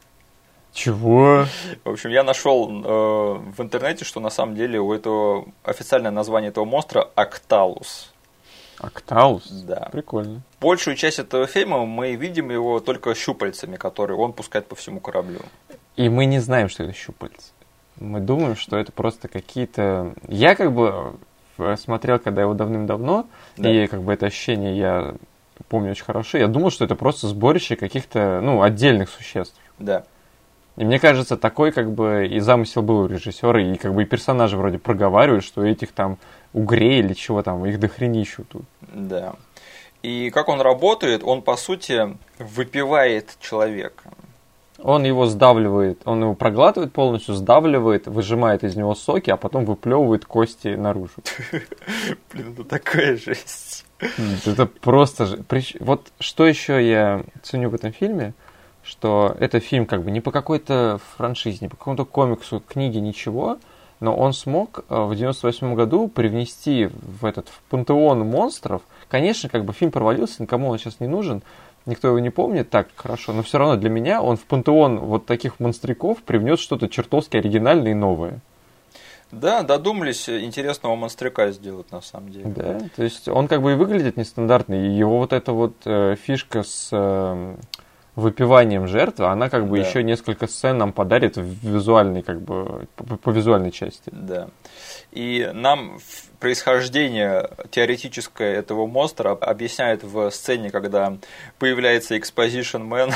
Чего? В общем, я нашел в интернете, что на самом деле у этого официальное название этого монстра Окталус. Окталус? Да. Прикольно. Большую часть этого фильма мы видим его только щупальцами, которые он пускает по всему кораблю. И мы не знаем, что это щупальца. Мы думаем, что это просто какие-то... Я как бы смотрел, когда его давным-давно, и как бы это ощущение я помню очень хорошо. Я думал, что это просто сборище каких-то, отдельных существ. Да. И мне кажется, такой как бы и замысел был у режиссера, и как бы и персонажи вроде проговаривают, что этих там угрей или чего там, их дохренищу тут. Да. И как он работает, он по сути выпивает человека. Он его сдавливает, он его проглатывает полностью, сдавливает, выжимает из него соки, а потом выплевывает кости наружу. Блин, это такая жесть. Это просто же. Вот что еще я ценю в этом фильме, что это фильм как бы не по какой-то франшизе, не по какому-то комиксу, книге, ничего, но он смог в 98 году привнести в пантеон монстров. Конечно, как бы фильм провалился, никому он сейчас не нужен, никто его не помнит так хорошо, но все равно для меня он в пантеон вот таких монстряков привнес что-то чертовски оригинальное и новое. Да, додумались интересного монстряка сделать на самом деле. Да, то есть он как бы и выглядит нестандартно, и его вот эта вот фишка с выпиванием жертвы, она как бы еще несколько сцен нам подарит в визуальной, как бы, по визуальной части. Да. И нам происхождение теоретическое этого монстра объясняет в сцене, когда появляется Exposition Man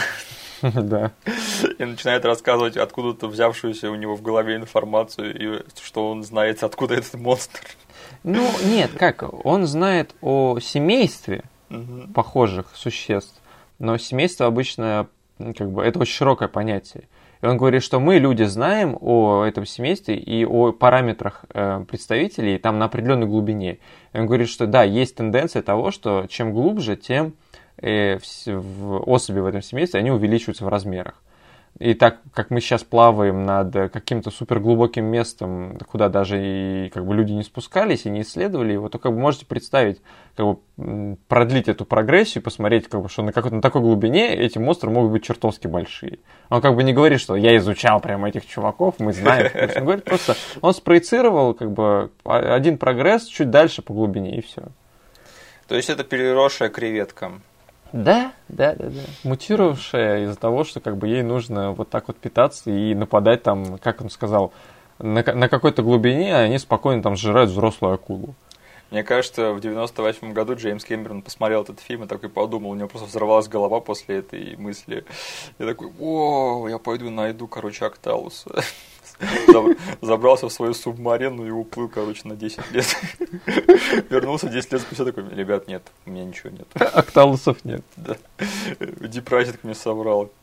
и начинает рассказывать откуда-то взявшуюся у него в голове информацию, и что он знает, откуда этот монстр. Ну, нет, как? Он знает о семействе похожих существ, но семейство обычно, как бы, это очень широкое понятие. И он говорит, что мы, люди, знаем о этом семействе и о параметрах представителей там на определенной глубине. И он говорит, что да, есть тенденция того, что чем глубже, тем особи в этом семействе, они увеличиваются в размерах. И так как мы сейчас плаваем над каким-то суперглубоким местом, куда даже и как бы люди не спускались и не исследовали его, то как бы можете представить, как бы продлить эту прогрессию, посмотреть, как бы, что на такой глубине эти монстры могут быть чертовски большие. Он как бы не говорит, что я изучал прямо этих чуваков, мы знаем. Он говорит просто, он спроецировал как бы один прогресс чуть дальше по глубине, и все. То есть это переросшая креветка. Да. Мутировавшая из-за того, что как бы ей нужно вот так вот питаться и нападать там, как он сказал, на какой-то глубине они спокойно там сжирают взрослую акулу. Мне кажется, в 98 году Джеймс Кэмерон посмотрел этот фильм и такой подумал, у него просто взорвалась голова после этой мысли. Я такой, я пойду найду, Окталуса. Забрался в свою субмарину и уплыл, на 10 лет. Вернулся 10 лет спустя, такой, ребят, нет, у меня ничего нет. Окталусов нет. Да. Дипрайсинг мне соврал.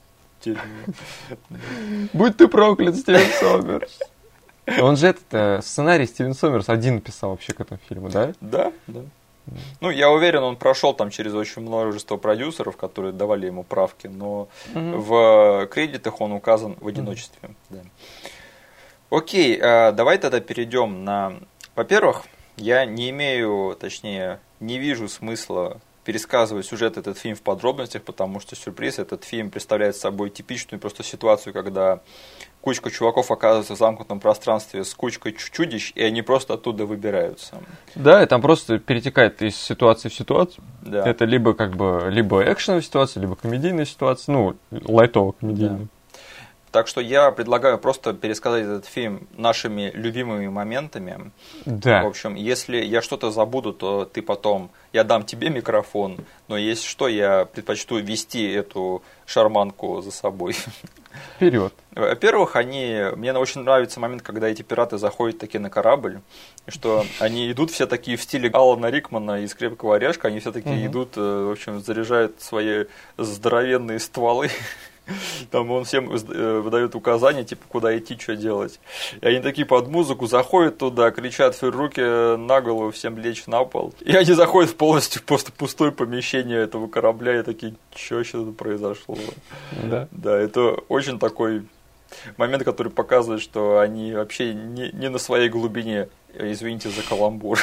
Будь ты проклят, Стивен Сомерс. Он же сценарий Стивен Сомерс один писал вообще к этому фильму, да? Да. Ну, я уверен, он прошел там через очень множество продюсеров, которые давали ему правки, но в кредитах он указан в одиночестве. Да. Окей, давай тогда перейдем на... Во-первых, я не вижу смысла пересказывать сюжет этот фильм в подробностях, потому что, сюрприз, этот фильм представляет собой типичную просто ситуацию, когда кучка чуваков оказывается в замкнутом пространстве с кучкой чудищ, и они просто оттуда выбираются. Да, и там просто перетекает из ситуации в ситуацию. Да. Это либо экшеновая ситуация, либо комедийная ситуация, лайтово-комедийная. Да. Так что я предлагаю просто пересказать этот фильм нашими любимыми моментами. Да. В общем, если я что-то забуду, то ты потом... Я дам тебе микрофон, но если что, я предпочту вести эту шарманку за собой. Вперед. Во-первых, мне очень нравится момент, когда эти пираты заходят таки на корабль, и что они идут все такие в стиле Алана Рикмана из «Крепкого орешка», они все такие идут, в общем, заряжают свои здоровенные стволы. Там он всем выдает указания, типа, куда идти, что делать. И они такие под музыку заходят туда, кричат руки на голову, всем лечь на пол. И они заходят в полностью просто пустое помещение этого корабля и такие, что сейчас тут произошло? Да. Да, это очень такой момент, который показывает, что они вообще не на своей глубине. Извините за каламбур.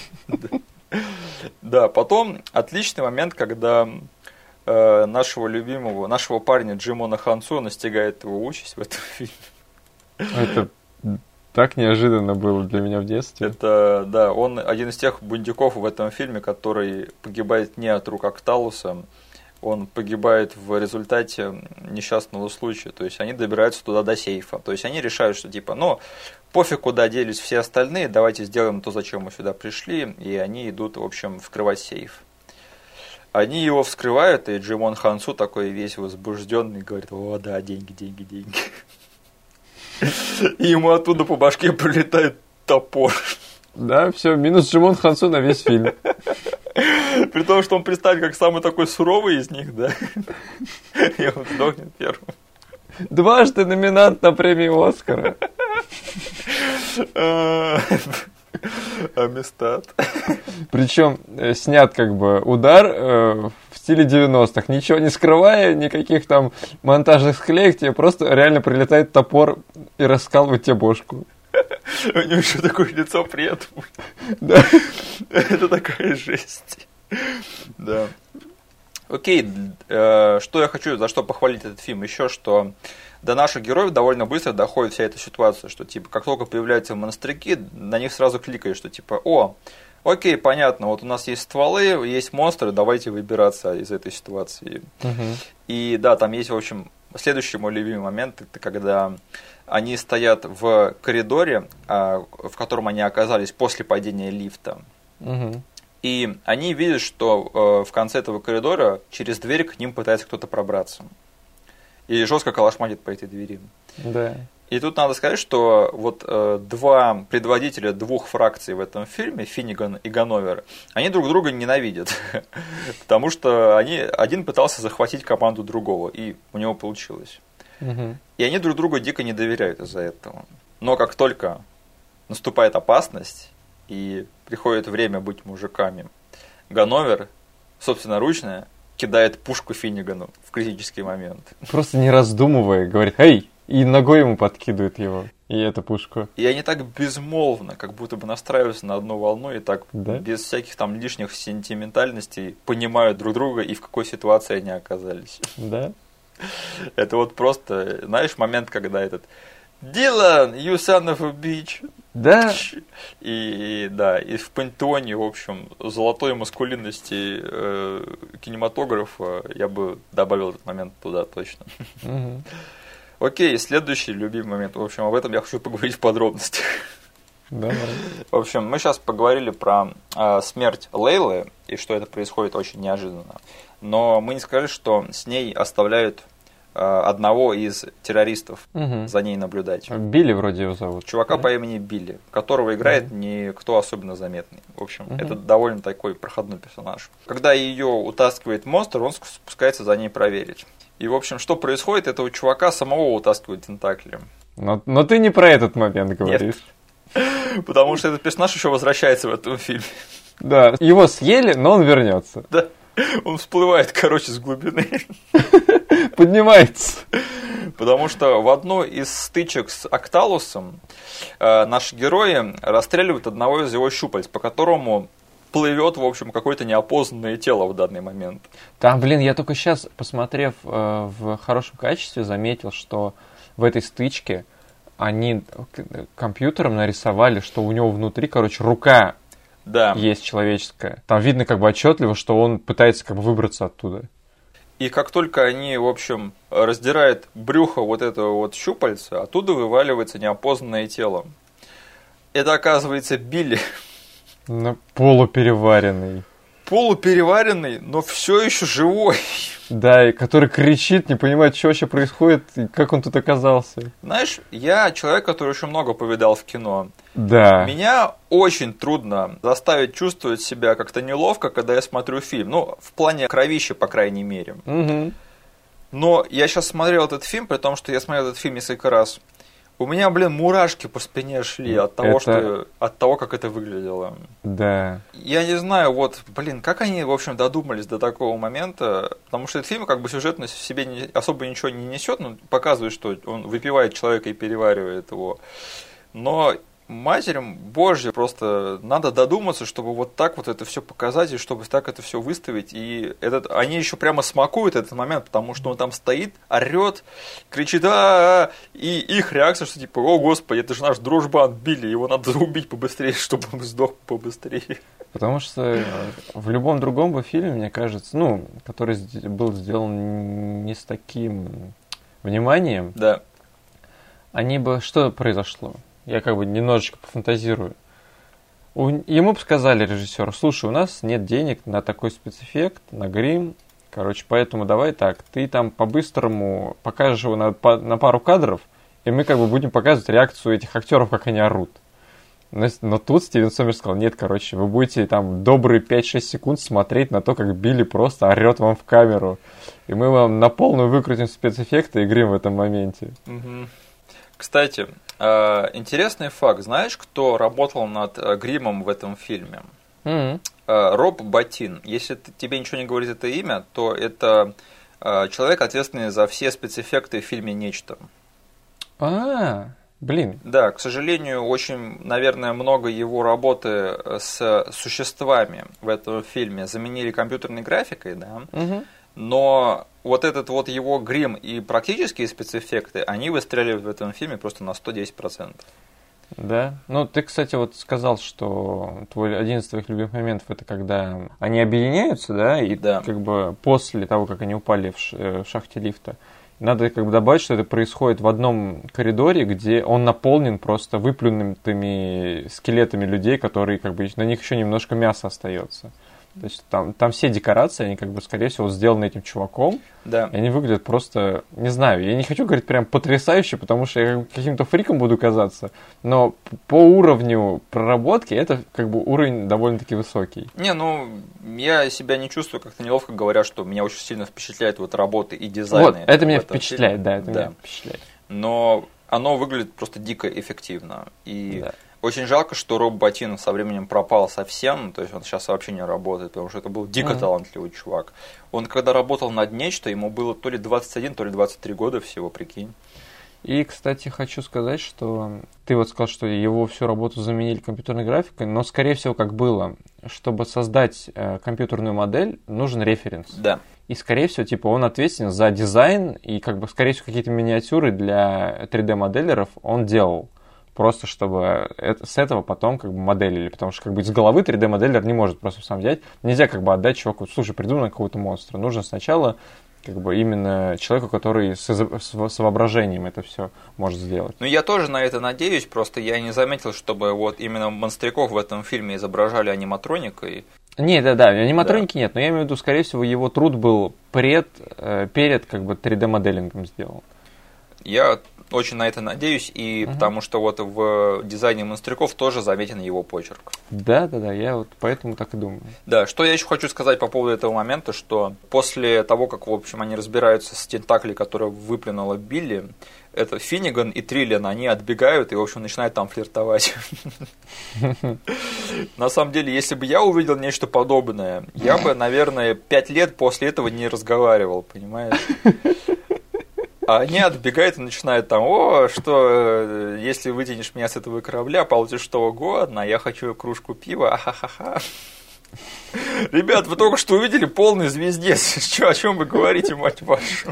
Да, потом отличный момент, когда... нашего парня Джимона Хансо настигает его участь в этом фильме. Это так неожиданно было для меня в детстве. Это, да, он один из тех бундюков в этом фильме, который погибает не от рук Акталуса, он погибает в результате несчастного случая. То есть они добираются туда до сейфа. То есть они решают, что типа, пофиг, куда делись все остальные, давайте сделаем то, зачем мы сюда пришли, и они идут, в общем, вскрывать сейф. Они его вскрывают, и Джимон Хансу такой весь возбужденный говорит: о, да, деньги, деньги, деньги. И ему оттуда по башке прилетает топор. Да, все, минус Джимон Хансу на весь фильм. При том, что он представит, как самый такой суровый из них, да? И он сдохнет первым. Дважды номинант на премию Оскара. Амистад. Причем снят как бы удар в стиле 90-х, ничего не скрывая, никаких там монтажных склеек, тебе просто реально прилетает топор и раскалывает тебе бошку. У него еще такое лицо при этом. Да. Это такая жесть. Да. Окей, что я хочу, за что похвалить этот фильм, еще что до наших героев довольно быстро доходит вся эта ситуация, что типа как только появляются монстряки, на них сразу кликаешь, что типа, окей, понятно, вот у нас есть стволы, есть монстры, давайте выбираться из этой ситуации. И да, там есть, в общем, следующий мой любимый момент, это когда они стоят в коридоре, в котором они оказались после падения лифта. И они видят, что в конце этого коридора через дверь к ним пытается кто-то пробраться. И жестко калашматит по этой двери. Да. И тут надо сказать, что вот два предводителя двух фракций в этом фильме, Финниган и Ганновер, они друг друга ненавидят. Потому что один пытался захватить команду другого, и у него получилось. И они друг другу дико не доверяют из-за этого. Но как только наступает опасность, и приходит время быть мужиками, Ганновер собственноручно кидает пушку Финнигану в критический момент. Просто не раздумывая, говорит: «Эй!» И ногой ему подкидывает его, и эту пушку. И они так безмолвно, как будто бы настраиваются на одну волну, и так без всяких там лишних сентиментальностей понимают друг друга, и в какой ситуации они оказались. Да. Это вот просто, знаешь, момент, когда этот «Дилан, you son of a bitch!» Да. И в пантеоне, в общем, золотой маскулинности кинематографа я бы добавил этот момент туда точно. Окей, следующий любимый момент. В общем, об этом я хочу поговорить в подробностях. Да. В общем, мы сейчас поговорили про смерть Лейлы и что это происходит очень неожиданно. Но мы не сказали, что с ней оставляют одного из террористов за ней наблюдать. Билли вроде его зовут. Чувака по имени Билли, которого играет никто особенно заметный. В общем, это довольно такой проходной персонаж. Когда ее утаскивает монстр, он спускается за ней проверить. И, в общем, что происходит? Этого чувака самого утаскивают тентакли. Но ты не про этот момент говоришь. Нет. Потому что этот персонаж еще возвращается в этом фильме. Да, его съели, но он вернется. Да. Он всплывает, с глубины. Поднимается. Потому что в одной из стычек с Акталусом наши герои расстреливают одного из его щупальц, по которому плывет, в общем, какое-то неопознанное тело в данный момент. Там, я только сейчас, посмотрев в хорошем качестве, заметил, что в этой стычке они компьютером нарисовали, что у него внутри, рука есть человеческая. Там видно отчетливо, что он пытается выбраться оттуда. И как только они, в общем, раздирают брюхо вот этого вот щупальца, оттуда вываливается неопознанное тело. Это, оказывается, Билли. Полупереваренный. Полупереваренный, но все еще живой. Да, и который кричит, не понимает, что вообще происходит, и как он тут оказался. Знаешь, я человек, который очень много повидал в кино. Да. Меня очень трудно заставить чувствовать себя как-то неловко, когда я смотрю фильм. Ну, в плане кровища, по крайней мере. Угу. Но я сейчас смотрел этот фильм, при том, что я смотрел этот фильм несколько раз. У меня, мурашки по спине шли от того, как это выглядело. Да. Я не знаю, как они, в общем, додумались до такого момента, потому что этот фильм как бы сюжетно в себе особо ничего не несет, но показывает, что он выпивает человека и переваривает его. Но Матерь Божья, просто надо додуматься, чтобы вот так вот это все показать, и чтобы так это все выставить. И они еще прямо смакуют этот момент, потому что он там стоит, орет, кричит, и их реакция, что типа, о господи, это же наш дружбан Билли, его надо убить побыстрее, чтобы он сдох побыстрее. Потому что в любом другом бы фильме, мне кажется, который был сделан не с таким вниманием, да. Что произошло? Я как бы немножечко пофантазирую. Ему бы сказали режиссеру: слушай, у нас нет денег на такой спецэффект, на грим. Поэтому давай так, ты там по-быстрому покажешь его на пару кадров, и мы как бы будем показывать реакцию этих актеров, как они орут. Но тут Стивен Сомерс сказал: нет, вы будете там добрые 5-6 секунд смотреть на то, как Билли просто орет вам в камеру. И мы вам на полную выкрутим спецэффекты и грим в этом моменте. Угу. Кстати, интересный факт. Знаешь, кто работал над гримом в этом фильме? Mm-hmm. Роб Ботин. Если тебе ничего не говорит это имя, то это человек, ответственный за все спецэффекты в фильме «Нечто». Блин. Да, к сожалению, очень, наверное, много его работы с существами в этом фильме заменили компьютерной графикой, да. Mm-hmm. Но вот этот вот его грим и практические спецэффекты, они выстрелили в этом фильме просто на 110%. Да. Ты, кстати, сказал, что один из твоих любимых моментов — это когда они объединяются, да, и да. Как бы после того, как они упали в шахте лифта, надо как бы добавить, что это происходит в одном коридоре, где он наполнен просто выплюнутыми скелетами людей, которые как бы на них еще немножко мяса остается. То есть там все декорации, они как бы, скорее всего, сделаны этим чуваком. Да. И они выглядят просто, не знаю, я не хочу говорить прям потрясающе, потому что я каким-то фриком буду казаться, но по уровню проработки это как бы уровень довольно-таки высокий. Я себя не чувствую как-то неловко, говоря, что меня очень сильно впечатляет работы и дизайн. Это меня впечатляет, фильме. Да, меня впечатляет. Но оно выглядит просто дико эффективно. И да. Очень жалко, что Роб Ботин со временем пропал совсем, то есть он сейчас вообще не работает, потому что это был дико талантливый чувак. Он когда работал над «Нечто», ему было то ли 21, то ли 23 года всего, прикинь. И, кстати, хочу сказать, что ты сказал, что его всю работу заменили компьютерной графикой, но, скорее всего, как было, чтобы создать компьютерную модель, нужен референс. Да. И, скорее всего, он ответственен за дизайн, и, скорее всего, какие-то миниатюры для 3D-моделеров он делал. Просто чтобы с этого потом моделили. Потому что из головы 3D-моделер не может просто сам взять. Нельзя отдать чуваку: слушай, придумай какого-то монстра. Нужно сначала именно человеку, который с воображением это все может сделать. Я тоже на это надеюсь, просто я не заметил, чтобы именно монстряков в этом фильме изображали аниматроникой. Нет, аниматроники нет, но я имею в виду, скорее всего, его труд был перед 3D-моделингом сделан. Я очень на это надеюсь, и потому что в дизайне монстряков тоже заметен его почерк. Да, я поэтому так и думаю. Да, что я еще хочу сказать по поводу этого момента, что после того, как, в общем, они разбираются с тентаклей, которые выплюнула Билли, это Финниган и Триллиан, они отбегают и, в общем, начинают там флиртовать. На самом деле, если бы я увидел нечто подобное, я бы, наверное, 5 лет после этого не разговаривал, понимаешь? А они отбегают и начинают что если вытянешь меня с этого корабля, получишь что угодно, я хочу кружку пива, ахахаха. Ребят, вы только что увидели полный звездец. О чем вы говорите, мать вашу?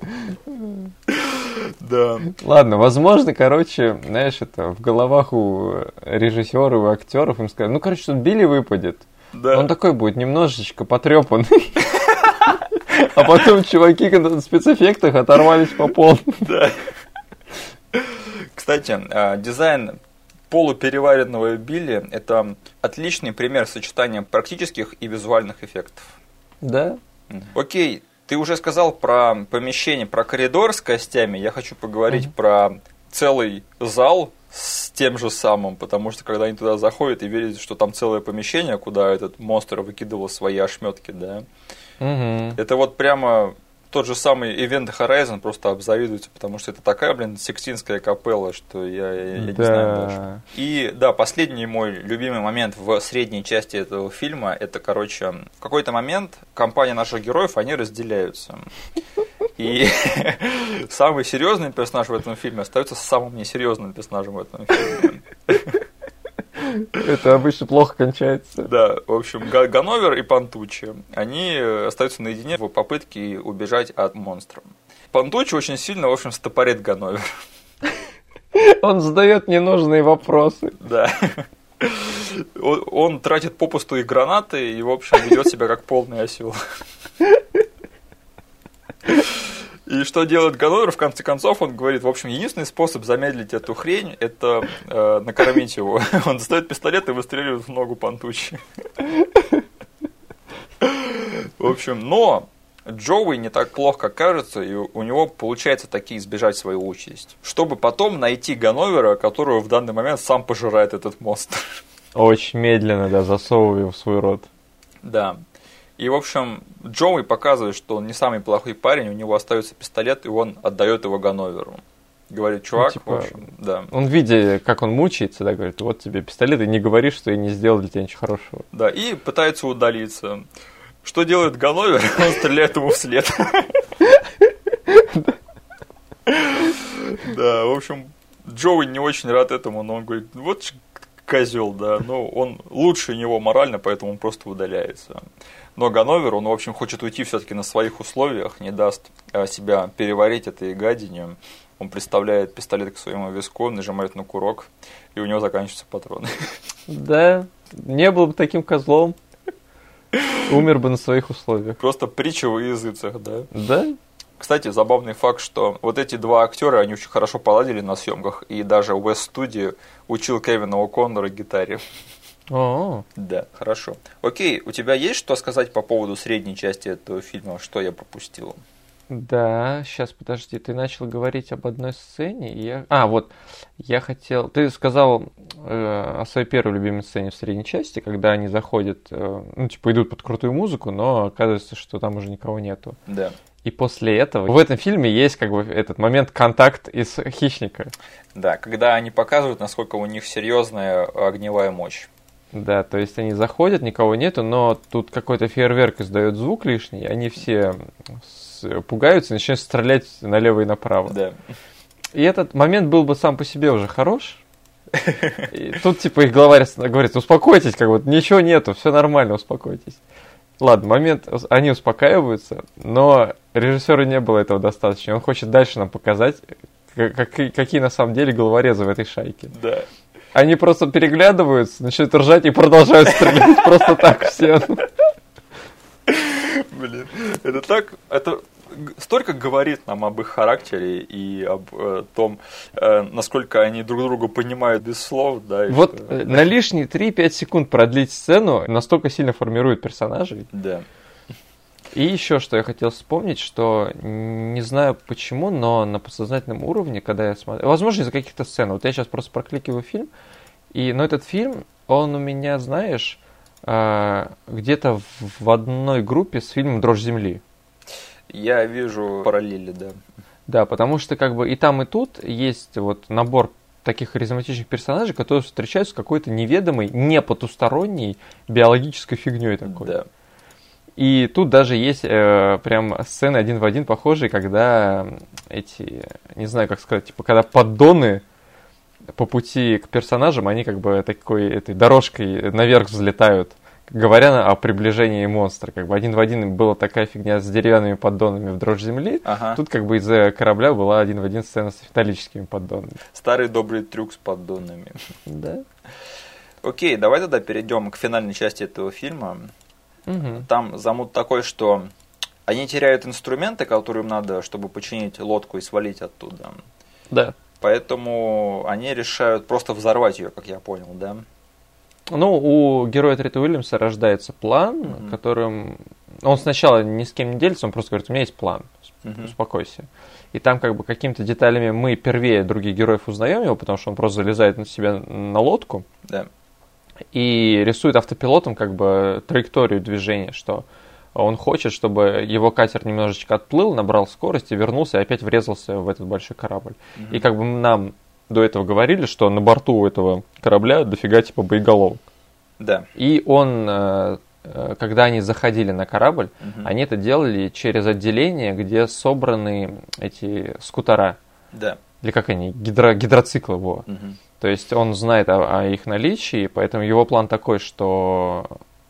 Да. Ладно, возможно, знаешь, в головах у режиссеров и у актеров им сказали: тут Билли выпадет. Да. Он такой будет немножечко потрепанный. А потом чуваки на спецэффектах оторвались по полной. Да. Кстати, дизайн полупереваренного Билли – это отличный пример сочетания практических и визуальных эффектов. Да. Окей, ты уже сказал про помещение, про коридор с костями. Я хочу поговорить про целый зал с тем же самым, потому что когда они туда заходят и видят, что там целое помещение, куда этот монстр выкидывал свои ошметки, да. Это вот прямо тот же самый Event Horizon, просто обзавидуется, потому что это такая, Сикстинская капелла, что я не знаю даже. И да, последний мой любимый момент в средней части этого фильма, это, короче, в какой-то момент компания наших героев, они разделяются. И самый серьезный персонаж в этом фильме остается самым несерьезным персонажем в этом фильме. Это обычно плохо кончается. Да, в общем, Ганновер и Пантуччи, они остаются наедине в попытке убежать от монстра. Пантуччи очень сильно, в общем, стопорит Ганновер. Он задает ненужные вопросы. Да. Он тратит попусту их гранаты и, в общем, ведет себя как полный осел. И что делает Ганновер, в конце концов, он говорит, в общем, единственный способ замедлить эту хрень, это накормить его. Он достает пистолет и выстреливает в ногу Пантуччи. В общем, но Джоуи не так плохо, как кажется, и у него получается таки избежать свою участь. Чтобы потом найти Ганновера, которого в данный момент сам пожирает этот монстр. Очень медленно, да, засовывая его в свой рот. Да. И, в общем, Джоуи показывает, что он не самый плохой парень, у него остается пистолет, и он отдает его Ганноверу. Говорит, чувак, типа, в общем, да. Он, видя, как он мучается, да, говорит, вот тебе пистолет, и не говори, что я не сделал для тебя ничего хорошего. Да, и пытается удалиться. Что делает Ганновер? Он стреляет ему вслед. Да, в общем, Джоуи не очень рад этому, но он говорит, вот козел, да, но он лучше него морально, поэтому он просто удаляется. Но Ганновер, он, в общем, хочет уйти все-таки на своих условиях, не даст себя переварить этой гадине. Он приставляет пистолет к своему виску, нажимает на курок, и у него заканчиваются патроны. Да, не был бы таким козлом, умер бы на своих условиях. Просто притча во языцах, да? Да. Кстати, забавный факт, что вот эти два актера, они очень хорошо поладили на съемках, и даже West Studio учил Кевина О'Коннора гитаре. О, да, хорошо. Окей, у тебя есть что сказать по поводу средней части этого фильма, что я пропустил? да, сейчас, подожди, ты начал говорить об одной сцене, и я... вот, я хотел... Ты сказал о своей первой любимой сцене в средней части, когда они заходят, идут под крутую музыку, но оказывается, что там уже никого нету. Да. И после этого в этом фильме есть как бы этот момент контакт из «Хищника». Да, когда они показывают, насколько у них серьезная огневая мощь. Да, то есть они заходят, никого нету, но тут какой-то фейерверк издает звук лишний, и они все пугаются и начинают стрелять налево и направо. Да. И этот момент был бы сам по себе уже хорош. И тут типа их главарь говорит, успокойтесь, как вот ничего нету, все нормально, успокойтесь. Ладно, момент, они успокаиваются, но режиссеру не было этого достаточно. Он хочет дальше нам показать, какие на самом деле головорезы в этой шайке. Да. Они просто переглядываются, начинают ржать и продолжают стрелять просто так все. Блин, это столько говорит нам об их характере и об том, насколько они друг друга понимают без слов, да. Вот на лишние 3-5 секунд продлить сцену настолько сильно формирует персонажей. Да. И еще что я хотел вспомнить, что не знаю почему, но на подсознательном уровне, когда я смотрю, возможно, из-за каких-то сцен, вот я сейчас просто прокликиваю фильм, но этот фильм, он у меня, знаешь, где-то в одной группе с фильмом «Дрожь земли». Я вижу параллели, да. Да, потому что как бы и там, и тут есть вот набор таких харизматичных персонажей, которые встречаются с какой-то неведомой, не потусторонней биологической фигней такой. Да. И тут даже есть прям сцены один в один похожие, когда не знаю, как сказать, типа, когда поддоны по пути к персонажам, они как бы этой дорожкой наверх взлетают, говоря о приближении монстра. Как бы один в один была такая фигня с деревянными поддонами в «Дрожь земли». Ага. Тут как бы из-за корабля была один в один сцена с металлическими поддонами. Старый добрый трюк с поддонами. Да. Окей, давай тогда перейдем к финальной части этого фильма. Угу. Там замут такой, что они теряют инструменты, которые им надо, чтобы починить лодку и свалить оттуда. Да. Поэтому они решают просто взорвать ее, как я понял, да? Ну, у героя Трети Уильямса рождается план, которым... Он сначала ни с кем не делится, он просто говорит, у меня есть план, успокойся. И там как бы какими-то деталями мы первее других героев узнаем его, потому что он просто залезает на себя на лодку и рисует автопилотом как бы траекторию движения, что он хочет, чтобы его катер немножечко отплыл, набрал скорость и вернулся, и опять врезался в этот большой корабль. И как бы нам до этого говорили, что на борту у этого корабля дофига типа боеголовок. Да. И он, когда они заходили на корабль, они это делали через отделение, где собраны эти скутера. Да. Или как они? Гидроциклы. Во. То есть он знает о их наличии, поэтому его план такой, что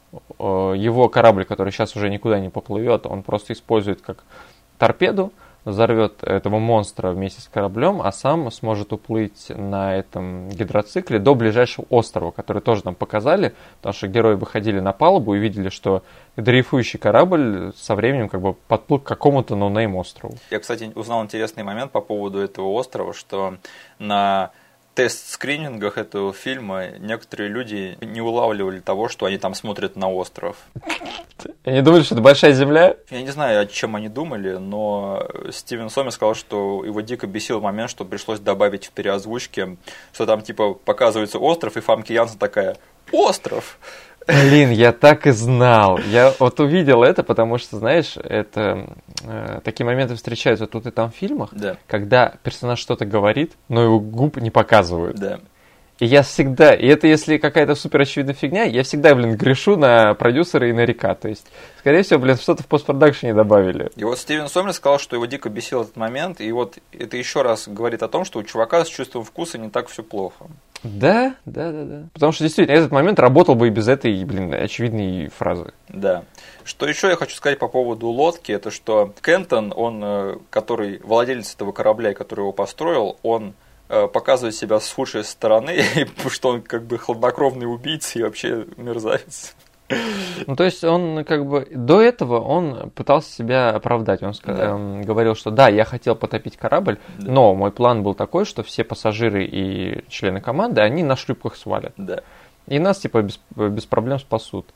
его корабль, который сейчас уже никуда не поплывет, он просто использует как торпеду, взорвет этого монстра вместе с кораблем, а сам сможет уплыть на этом гидроцикле до ближайшего острова, который тоже нам показали, потому что герои выходили на палубу и видели, что дрейфующий корабль со временем как бы подплыл к какому-то ноунейм острову. Я, кстати, узнал интересный момент по поводу этого острова, что на тест-скринингах этого фильма некоторые люди не улавливали того, что они там смотрят на остров. Они думали, что это большая земля? Я не знаю, о чем они думали, но Стивен Сомер сказал, что его дико бесил момент, что пришлось добавить в переозвучке, что там типа показывается остров, и Фамке Янсен такая «Остров!» Блин, я так и знал. Я вот увидел это, потому что, знаешь, это такие моменты встречаются тут и там в фильмах, когда персонаж что-то говорит, но его губ не показывают. Да. И я всегда, и это если какая-то супер очевидная фигня, я всегда, грешу на продюсера и на Рика. То есть, скорее всего, что-то в постпродакшене добавили. И вот Стивен Сомер сказал, что его дико бесил этот момент, и вот это еще раз говорит о том, что у чувака с чувством вкуса не так все плохо. Да. Потому что действительно этот момент работал бы и без этой, очевидной фразы. Да. Что еще я хочу сказать по поводу лодки, это что Кентон, он, который владелец этого корабля, который его построил, он показывает себя с худшей стороны, что он как бы хладнокровный убийца и вообще мерзавец. Ну, то есть он как бы до этого он пытался себя оправдать. Он говорил, что да, я хотел потопить корабль, но мой план был такой, что все пассажиры и члены команды, они на шлюпках свалят. Да. И нас типа без проблем спасут.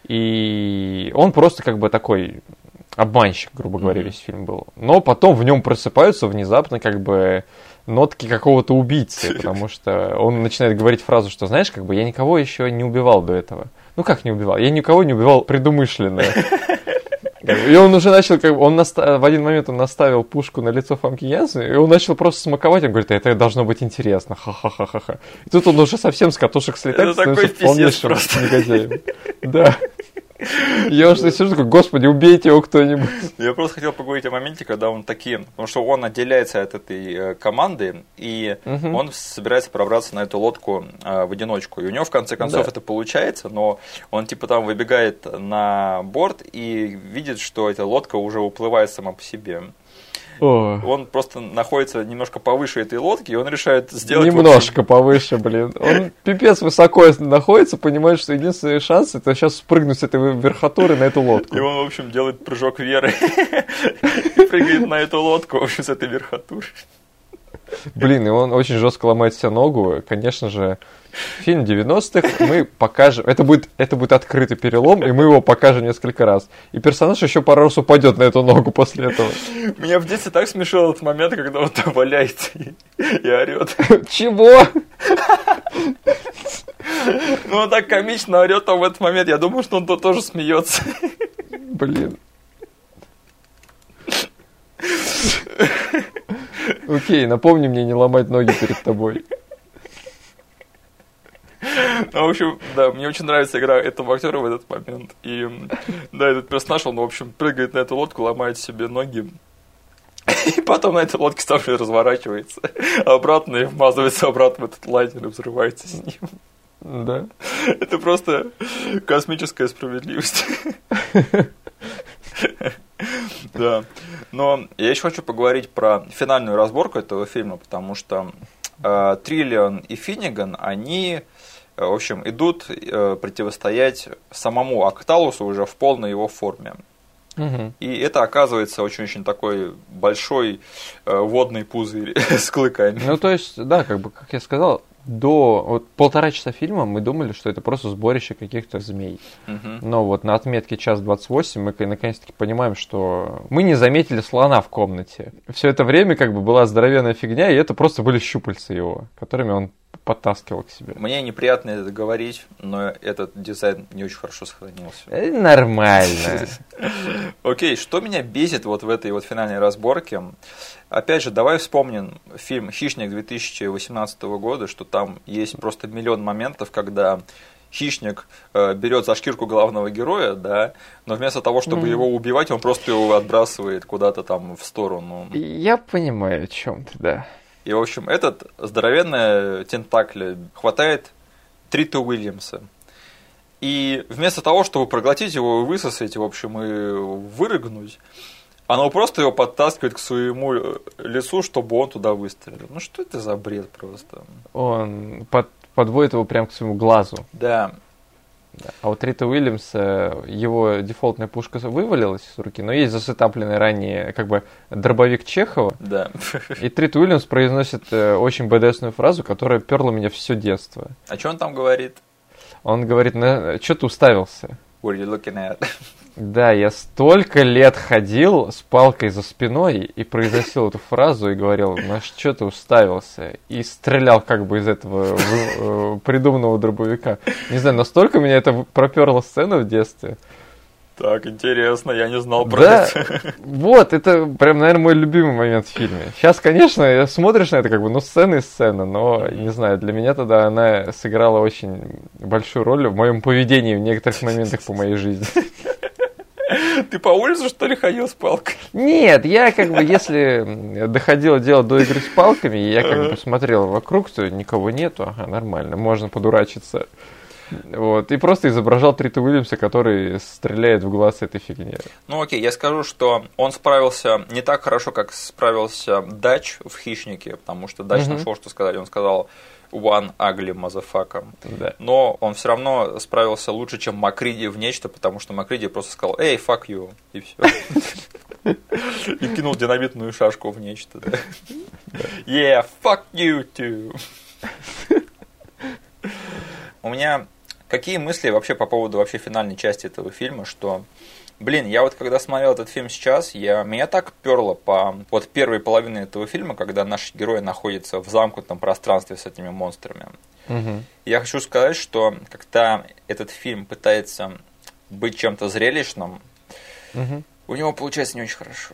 И он просто как бы такой обманщик, грубо говоря, весь фильм был. Но потом в нем просыпаются внезапно как бы нотки какого-то убийцы, потому что он начинает говорить фразу, что, знаешь, как бы я никого еще не убивал до этого. Ну как не убивал? Я никого не убивал предумышленно. И он уже начал, как бы, в один момент он наставил пушку на лицо Фамки Янсена, и он начал просто смаковать, он говорит, это должно быть интересно, ха-ха-ха-ха-ха. И тут он уже совсем с катушек слетает, становится полнейшим негодяем. Да. Я уже сижу такой, господи, убейте его кто-нибудь. Я просто хотел поговорить о моменте, когда он такие, потому что он отделяется от этой команды, и он собирается пробраться на эту лодку в одиночку. И у него в конце концов это получается, но он типа там выбегает на борт и видит, что эта лодка уже уплывает сама по себе. Он просто находится немножко повыше этой лодки, и он решает сделать... Немножко повыше, блин. Он пипец высоко находится, понимает, что единственный шанс это сейчас спрыгнуть с этой верхотуры на эту лодку. И он, в общем, делает прыжок веры и прыгает на эту лодку, в общем, с этой верхотуры. Блин, и он очень жестко ломает себе ногу. Конечно же, фильм 90-х мы покажем... Это будет открытый перелом, и мы его покажем несколько раз. И персонаж еще пару раз упадет на эту ногу после этого. Меня в детстве так смешил этот момент, когда он там валяется и орет. Чего? Ну, он так комично орет там в этот момент. Я думаю, что он тут тоже смеется. Блин. Окей, напомни мне не ломать ноги перед тобой. Ну, в общем, да, мне очень нравится игра этого актера в этот момент. И, да, этот персонаж, он, в общем, прыгает на эту лодку, ломает себе ноги. И потом на этой лодке сам же разворачивается обратно и вмазывается обратно в этот лайнер и взрывается с ним. Да. Это просто космическая справедливость. Да. Но я еще хочу поговорить про финальную разборку этого фильма, потому что Триллиан и Финниган, они, в общем, идут противостоять самому Окталусу уже в полной его форме. И это оказывается очень-очень такой большой водный пузырь с клыками. Ну, то есть, да, как бы, как я сказал, до вот 1,5 часа фильма мы думали, что это просто сборище каких-то змей. Но вот на отметке 1:28 мы наконец-таки понимаем, что мы не заметили слона в комнате. Все это время как бы была здоровенная фигня, и это просто были щупальца его, которыми он подтаскивал к себе. Мне неприятно это говорить, но этот дизайн не очень хорошо сохранился. Нормально. Окей, что меня бесит вот в этой вот финальной разборке? Опять же, давай вспомним фильм «Хищник» 2018 года, что там есть просто миллион моментов, когда хищник берет за шкирку главного героя, да, но вместо того, чтобы его убивать, он просто его отбрасывает куда-то там в сторону. Я понимаю, о чем ты, да. И, в общем, этот здоровенный тентакль хватает Трита Уильямса. И вместо того, чтобы проглотить его и высосать, в общем, и вырыгнуть, оно просто его подтаскивает к своему лицу, чтобы он туда выстрелил. Ну что это за бред просто? Он подводит его прямо к своему глазу. Да. А вот Рита Уильямса, его дефолтная пушка вывалилась из руки, но есть засетапленный ранее как бы дробовик Чехова. Да. И Рит Уильямс произносит очень БДСную фразу, которая перла меня все детство. А что он там говорит? Он говорит, что ты уставился? What are you looking at? Да, я столько лет ходил с палкой за спиной и произносил эту фразу и говорил, на что ты уставился? И стрелял как бы из этого придуманного дробовика. Не знаю, настолько меня это проперло сцена в детстве. Так, интересно, я не знал про да, это. Вот, это прям, наверное, мой любимый момент в фильме. Сейчас, конечно, смотришь на это как бы, ну, сцена и сцена, но, не знаю, для меня тогда она сыграла очень большую роль в моем поведении в некоторых моментах по моей жизни. Ты по улице, что ли, ходил с палкой? Нет, я как бы, если доходило дело до игры с палками, я как бы смотрел вокруг, то никого нету, ага, нормально, можно подурачиться. Вот, и просто изображал Трита Уильямса, который стреляет в глаз этой фигни. Ну окей, я скажу, что он справился не так хорошо, как справился Дач в «Хищнике», потому что Дач нашел, что сказать, он сказал «one ugly motherfucker». Да. Но он все равно справился лучше, чем Макриди в «Нечто», потому что Макриди просто сказал «эй, fuck you», и все. И кинул динамитную шашку в «Нечто». Yeah, fuck you too. У меня какие мысли вообще по поводу вообще финальной части этого фильма, что, блин, я вот когда смотрел этот фильм сейчас, меня так перло по вот первой половине этого фильма, когда наши герои находятся в замкнутом пространстве с этими монстрами. Я хочу сказать, что когда этот фильм пытается быть чем-то зрелищным, у него получается не очень хорошо.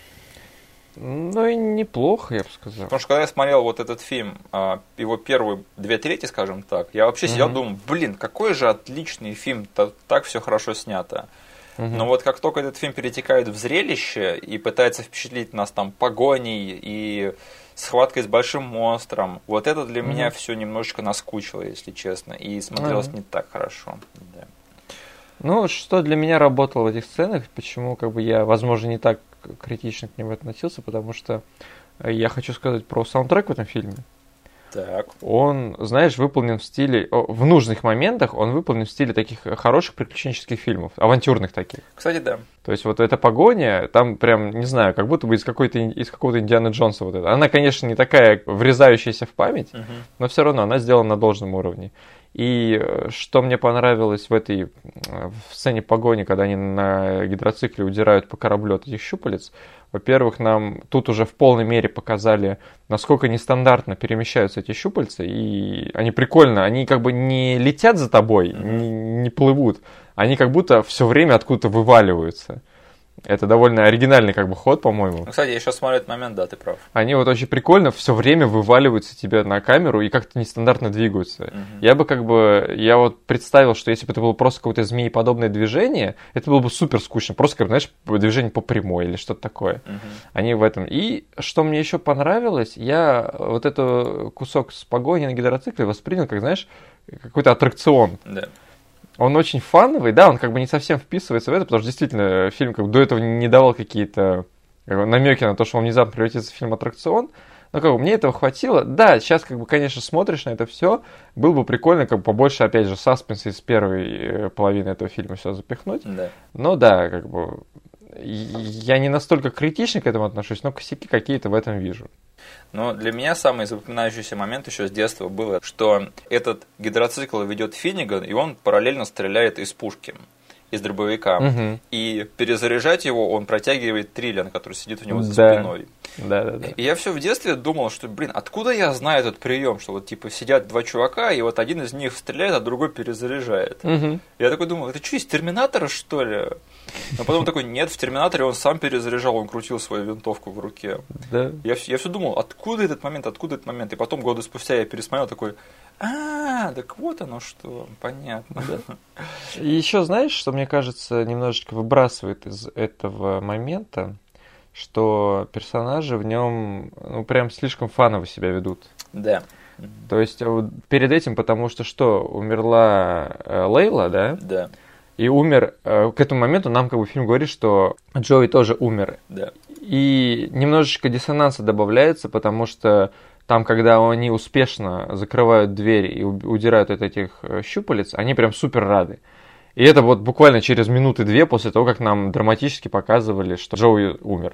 Ну и неплохо, я бы сказал. Потому что когда я смотрел вот этот фильм, его первые 2/3, скажем так, я вообще сидел, думал, блин, какой же отличный фильм, так все хорошо снято. Но вот как только этот фильм перетекает в зрелище и пытается впечатлить нас там погоней и схваткой с большим монстром, вот это для меня все немножечко наскучило, если честно, и смотрелось не так хорошо. Да. Ну, что для меня работало в этих сценах, почему как бы я, возможно, не так критично к нему относился, потому что я хочу сказать про саундтрек в этом фильме. Так. Он, знаешь, выполнен в стиле, в нужных моментах он выполнен в стиле таких хороших приключенческих фильмов, авантюрных таких. Кстати, да. То есть вот эта погоня, там прям, не знаю, как будто бы из какого-то Индианы Джонса вот это. Она, конечно, не такая врезающаяся в память, но все равно она сделана на должном уровне. И что мне понравилось в сцене погони, когда они на гидроцикле удирают по кораблю от этих щупалец, во-первых, нам тут уже в полной мере показали, насколько нестандартно перемещаются эти щупальца, и они прикольно, они как бы не летят за тобой, не плывут, они как будто все время откуда-то вываливаются. Это довольно оригинальный как бы ход, по-моему. Кстати, я сейчас смотрю этот момент, да, ты прав. Они вот очень прикольно все время вываливаются тебе на камеру и как-то нестандартно двигаются. Я вот представил, что если бы это было просто какое-то змееподобное движение, это было бы супер скучно. Просто, как, знаешь, движение по прямой или что-то такое. Они в этом. И что мне еще понравилось, я вот этот кусок с погони на гидроцикле воспринял, как, знаешь, какой-то аттракцион. Да. Он очень фановый, да, он как бы не совсем вписывается в это, потому что действительно фильм как бы до этого не давал какие-то намеки на то, что он внезапно превратится в фильм-аттракцион, но как бы мне этого хватило. Да, сейчас как бы, конечно, смотришь на это все, было бы прикольно как бы побольше, опять же, саспенса из первой половины этого фильма все запихнуть, да. Но да, как бы я не настолько критично к этому отношусь, но косяки какие-то в этом вижу. Но для меня самый запоминающийся момент еще с детства было, что этот гидроцикл ведет Финниган, и он параллельно стреляет из пушки, из дробовика. Угу. И перезаряжать его он протягивает Триллиан, который сидит у него за спиной. Да. И я все в детстве думал, что, откуда я знаю этот прием, что вот типа сидят два чувака, и вот один из них стреляет, а другой перезаряжает. Угу. Я такой думал, это что, из Терминатора, что ли? Но потом такой, нет, в Терминаторе он сам перезаряжал, он крутил свою винтовку в руке. Да. Я все думал, откуда этот момент. И потом годы спустя я пересмотрел такой, так вот оно что, понятно. Да. И еще знаешь, что мне кажется немножечко выбрасывает из этого момента, что персонажи в нем прям слишком фаново себя ведут. Да. То есть перед этим, потому что умерла Лейла, да? Да. И умер, к этому моменту нам фильм говорит, что Джоуи тоже умер. Да. И немножечко диссонанса добавляется, потому что там, когда они успешно закрывают дверь и удирают от этих щупалец, они прям супер рады. И это вот буквально через минуты-две после того, как нам драматически показывали, что Джоуи умер.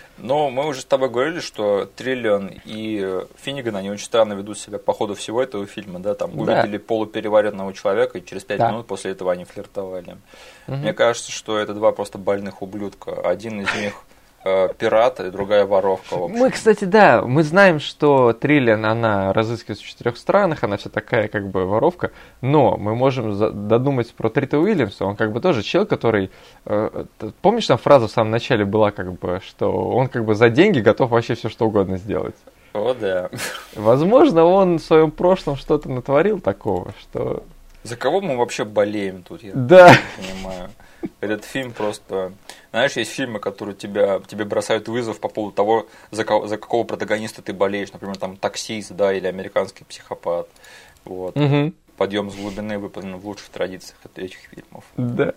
Но мы уже с тобой говорили, что Триллиан и Финниган, они очень странно ведут себя по ходу всего этого фильма, да, там увидели полупереваренного человека, и через 5 минут после этого они флиртовали. Мне кажется, что это два просто больных ублюдка. Один из них пират, и другая воровка. Мы, кстати, мы знаем, что Триллиан, она разыскивается в 4 странах, она вся такая как бы воровка, но мы можем додумать про Трита Уильямса, он как бы тоже чел, который, помнишь, там фраза в самом начале была, как бы, что он как бы за деньги готов вообще все что угодно сделать. О, да. Возможно, он в своем прошлом что-то натворил такого, что... За кого мы вообще болеем тут, я не понимаю. Этот фильм просто... Знаешь, есть фильмы, которые тебе бросают вызов по поводу того, за какого протагониста ты болеешь. Например, там «Таксист», да, или «Американский психопат». Вот. Угу. «Подъем с глубины» выполнен в лучших традициях этих фильмов. Да.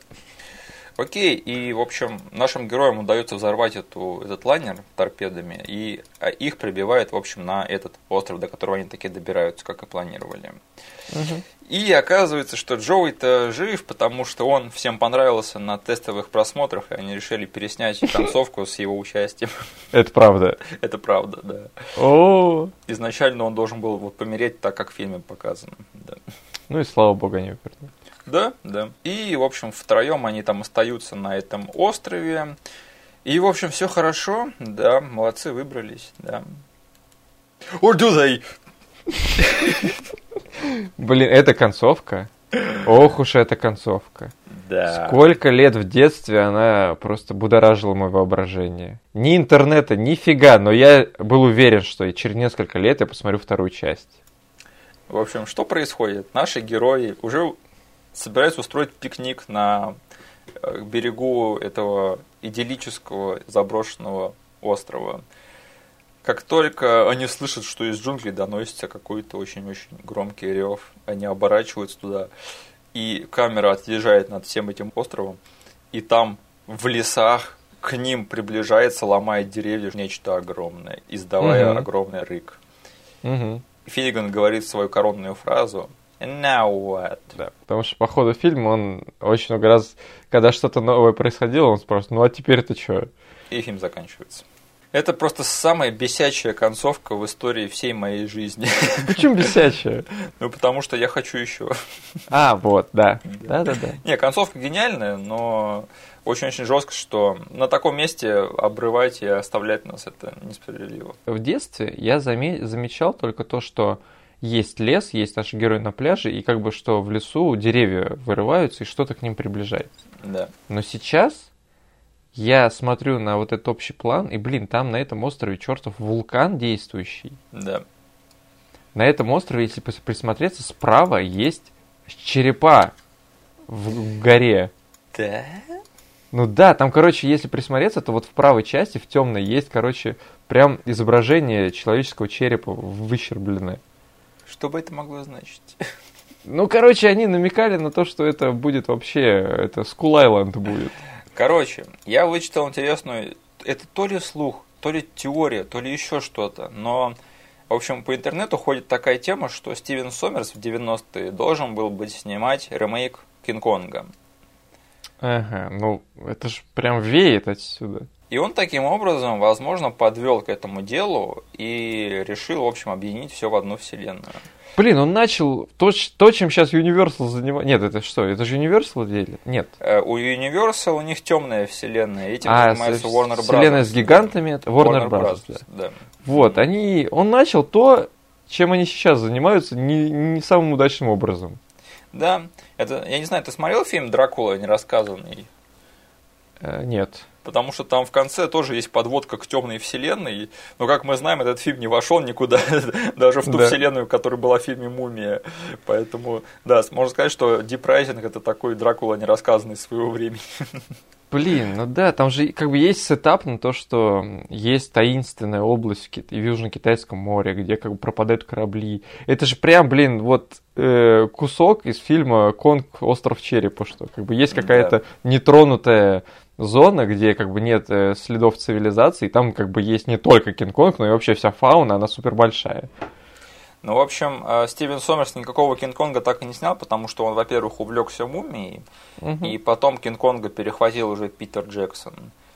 Окей, и, в общем, нашим героям удается взорвать этот лайнер торпедами, и их прибивает, в общем, на этот остров, до которого они таки добираются, как и планировали. Угу. И оказывается, что Джоуи-то жив, потому что он всем понравился на тестовых просмотрах, и они решили переснять концовку с его участием. Это правда. Это правда, да. О. Изначально он должен был помереть так, как в фильме показано. Да. Ну и слава богу, они умерли. Да. И, в общем, втроем они там остаются на этом острове. И, в общем, все хорошо. Да, молодцы, выбрались, да. Or do they? Блин, это концовка. Ох уж эта концовка. Да. Сколько лет в детстве она просто будоражила мое воображение. Ни интернета, нифига, но я был уверен, что через несколько лет я посмотрю вторую часть. В общем, что происходит? Наши герои уже собираются устроить пикник на берегу этого идиллического заброшенного острова. Как только они слышат, что из джунглей доносится какой-то очень-очень громкий рев, они оборачиваются туда, и камера отъезжает над всем этим островом, и там в лесах к ним приближается, ломает деревья, нечто огромное, издавая огромный рык. Финниган говорит свою коронную фразу «And now what?». Да, потому что по ходу фильма он очень много раз, когда что-то новое происходило, он спрашивает, ну а теперь-то что? И фильм заканчивается. Это просто самая бесячая концовка в истории всей моей жизни. Почему бесячая? Ну, потому что я хочу еще. А, вот, да. Да. Не, концовка гениальная, но очень-очень жестко, что на таком месте обрывать и оставлять нас это несправедливо. В детстве я замечал только то, что есть лес, есть наши герои на пляже, и как бы что в лесу деревья вырываются, и что-то к ним приближается. Да. Но сейчас я смотрю на вот этот общий план, и, там на этом острове чертов вулкан действующий. Да. На этом острове, если присмотреться, справа есть черепа в горе. Да? Ну да, там, если присмотреться, то вот в правой части, в темной, есть, прям изображение человеческого черепа выщербленное. Что бы это могло значить? Ну, они намекали на то, что это будет вообще, это Skull-Island будет. Я вычитал интересную, это то ли слух, то ли теория, то ли еще что-то, но, в общем, по интернету ходит такая тема, что Стивен Сомерс в 90-е должен был бы снимать ремейк Кинг-Конга. Ага, ну, это ж прям веет отсюда. И он таким образом, возможно, подвел к этому делу и решил, в общем, объединить все в одну вселенную. Блин, он начал то, чем сейчас Universal занимается. Нет, это что? Это же Universal делит? Нет. У Universal у них темная вселенная, этим занимается Warner Bros. Вселенная с гигантами, это Warner Bros. Да. Вот, он начал то, чем они сейчас занимаются, не самым удачным образом. Да, это, я не знаю, ты смотрел фильм «Дракула нерассказанный»? Нет. Потому что там в конце тоже есть подводка к темной вселенной. Но, как мы знаем, этот фильм не вошел никуда, даже в ту вселенную, которая была в фильме «Мумия». Поэтому, да, можно сказать, что Deep Rising — это такой Дракула нерассказанный своего времени. Блин, ну да, там же как бы есть сетап на то, что есть таинственная область в Южно-Китайском море, где как бы пропадают корабли. Это же прям, блин, вот кусок из фильма «Конг. Остров черепа», что как бы есть какая-то нетронутая зона, где как бы нет следов цивилизации, и там как бы есть не только Кинг-Конг, но и вообще вся фауна, она супер большая. Ну, в общем, Стивен Сомерс никакого Кинг-Конга так и не снял, потому что он, во-первых, увлекся «Мумией», и потом Кинг-Конга перехватил уже Питер Джексон.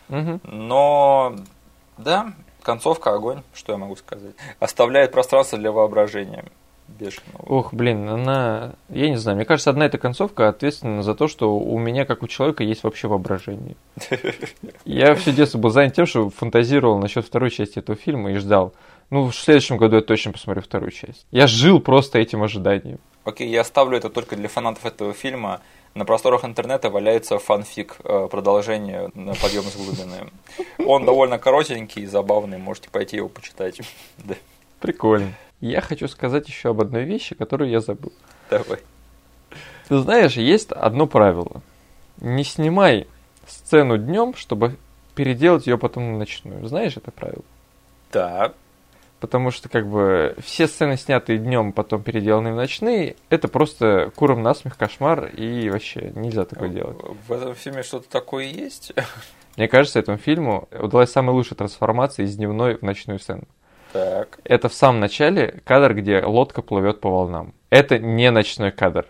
Но, да, концовка огонь, что я могу сказать. Оставляет пространство для воображения. Бешеного. Ох, блин, я не знаю, мне кажется, одна эта концовка ответственна за то, что у меня, как у человека, есть вообще воображение. Я все детство был занят тем, что фантазировал насчет второй части этого фильма и ждал. Ну, в следующем году я точно посмотрю вторую часть. Я жил просто этим ожиданием. Окей, я оставлю это только для фанатов этого фильма. На просторах интернета валяется фанфик продолжение на «Подъем с глубины». Он довольно коротенький и забавный, можете пойти его почитать. Да. Прикольно. Я хочу сказать еще об одной вещи, которую я забыл. Давай. Ты знаешь, есть одно правило. Не снимай сцену днем, чтобы переделать ее потом на ночную. Знаешь это правило? Да. Потому что как бы все сцены, снятые днем, потом переделанные в ночные, это просто куром насмех, кошмар, и вообще нельзя такое делать. В этом фильме что-то такое есть? Мне кажется, этому фильму удалась самая лучшая трансформация из дневной в ночную сцену. Так. Это в самом начале кадр, где лодка плывет по волнам. Это не ночной кадр.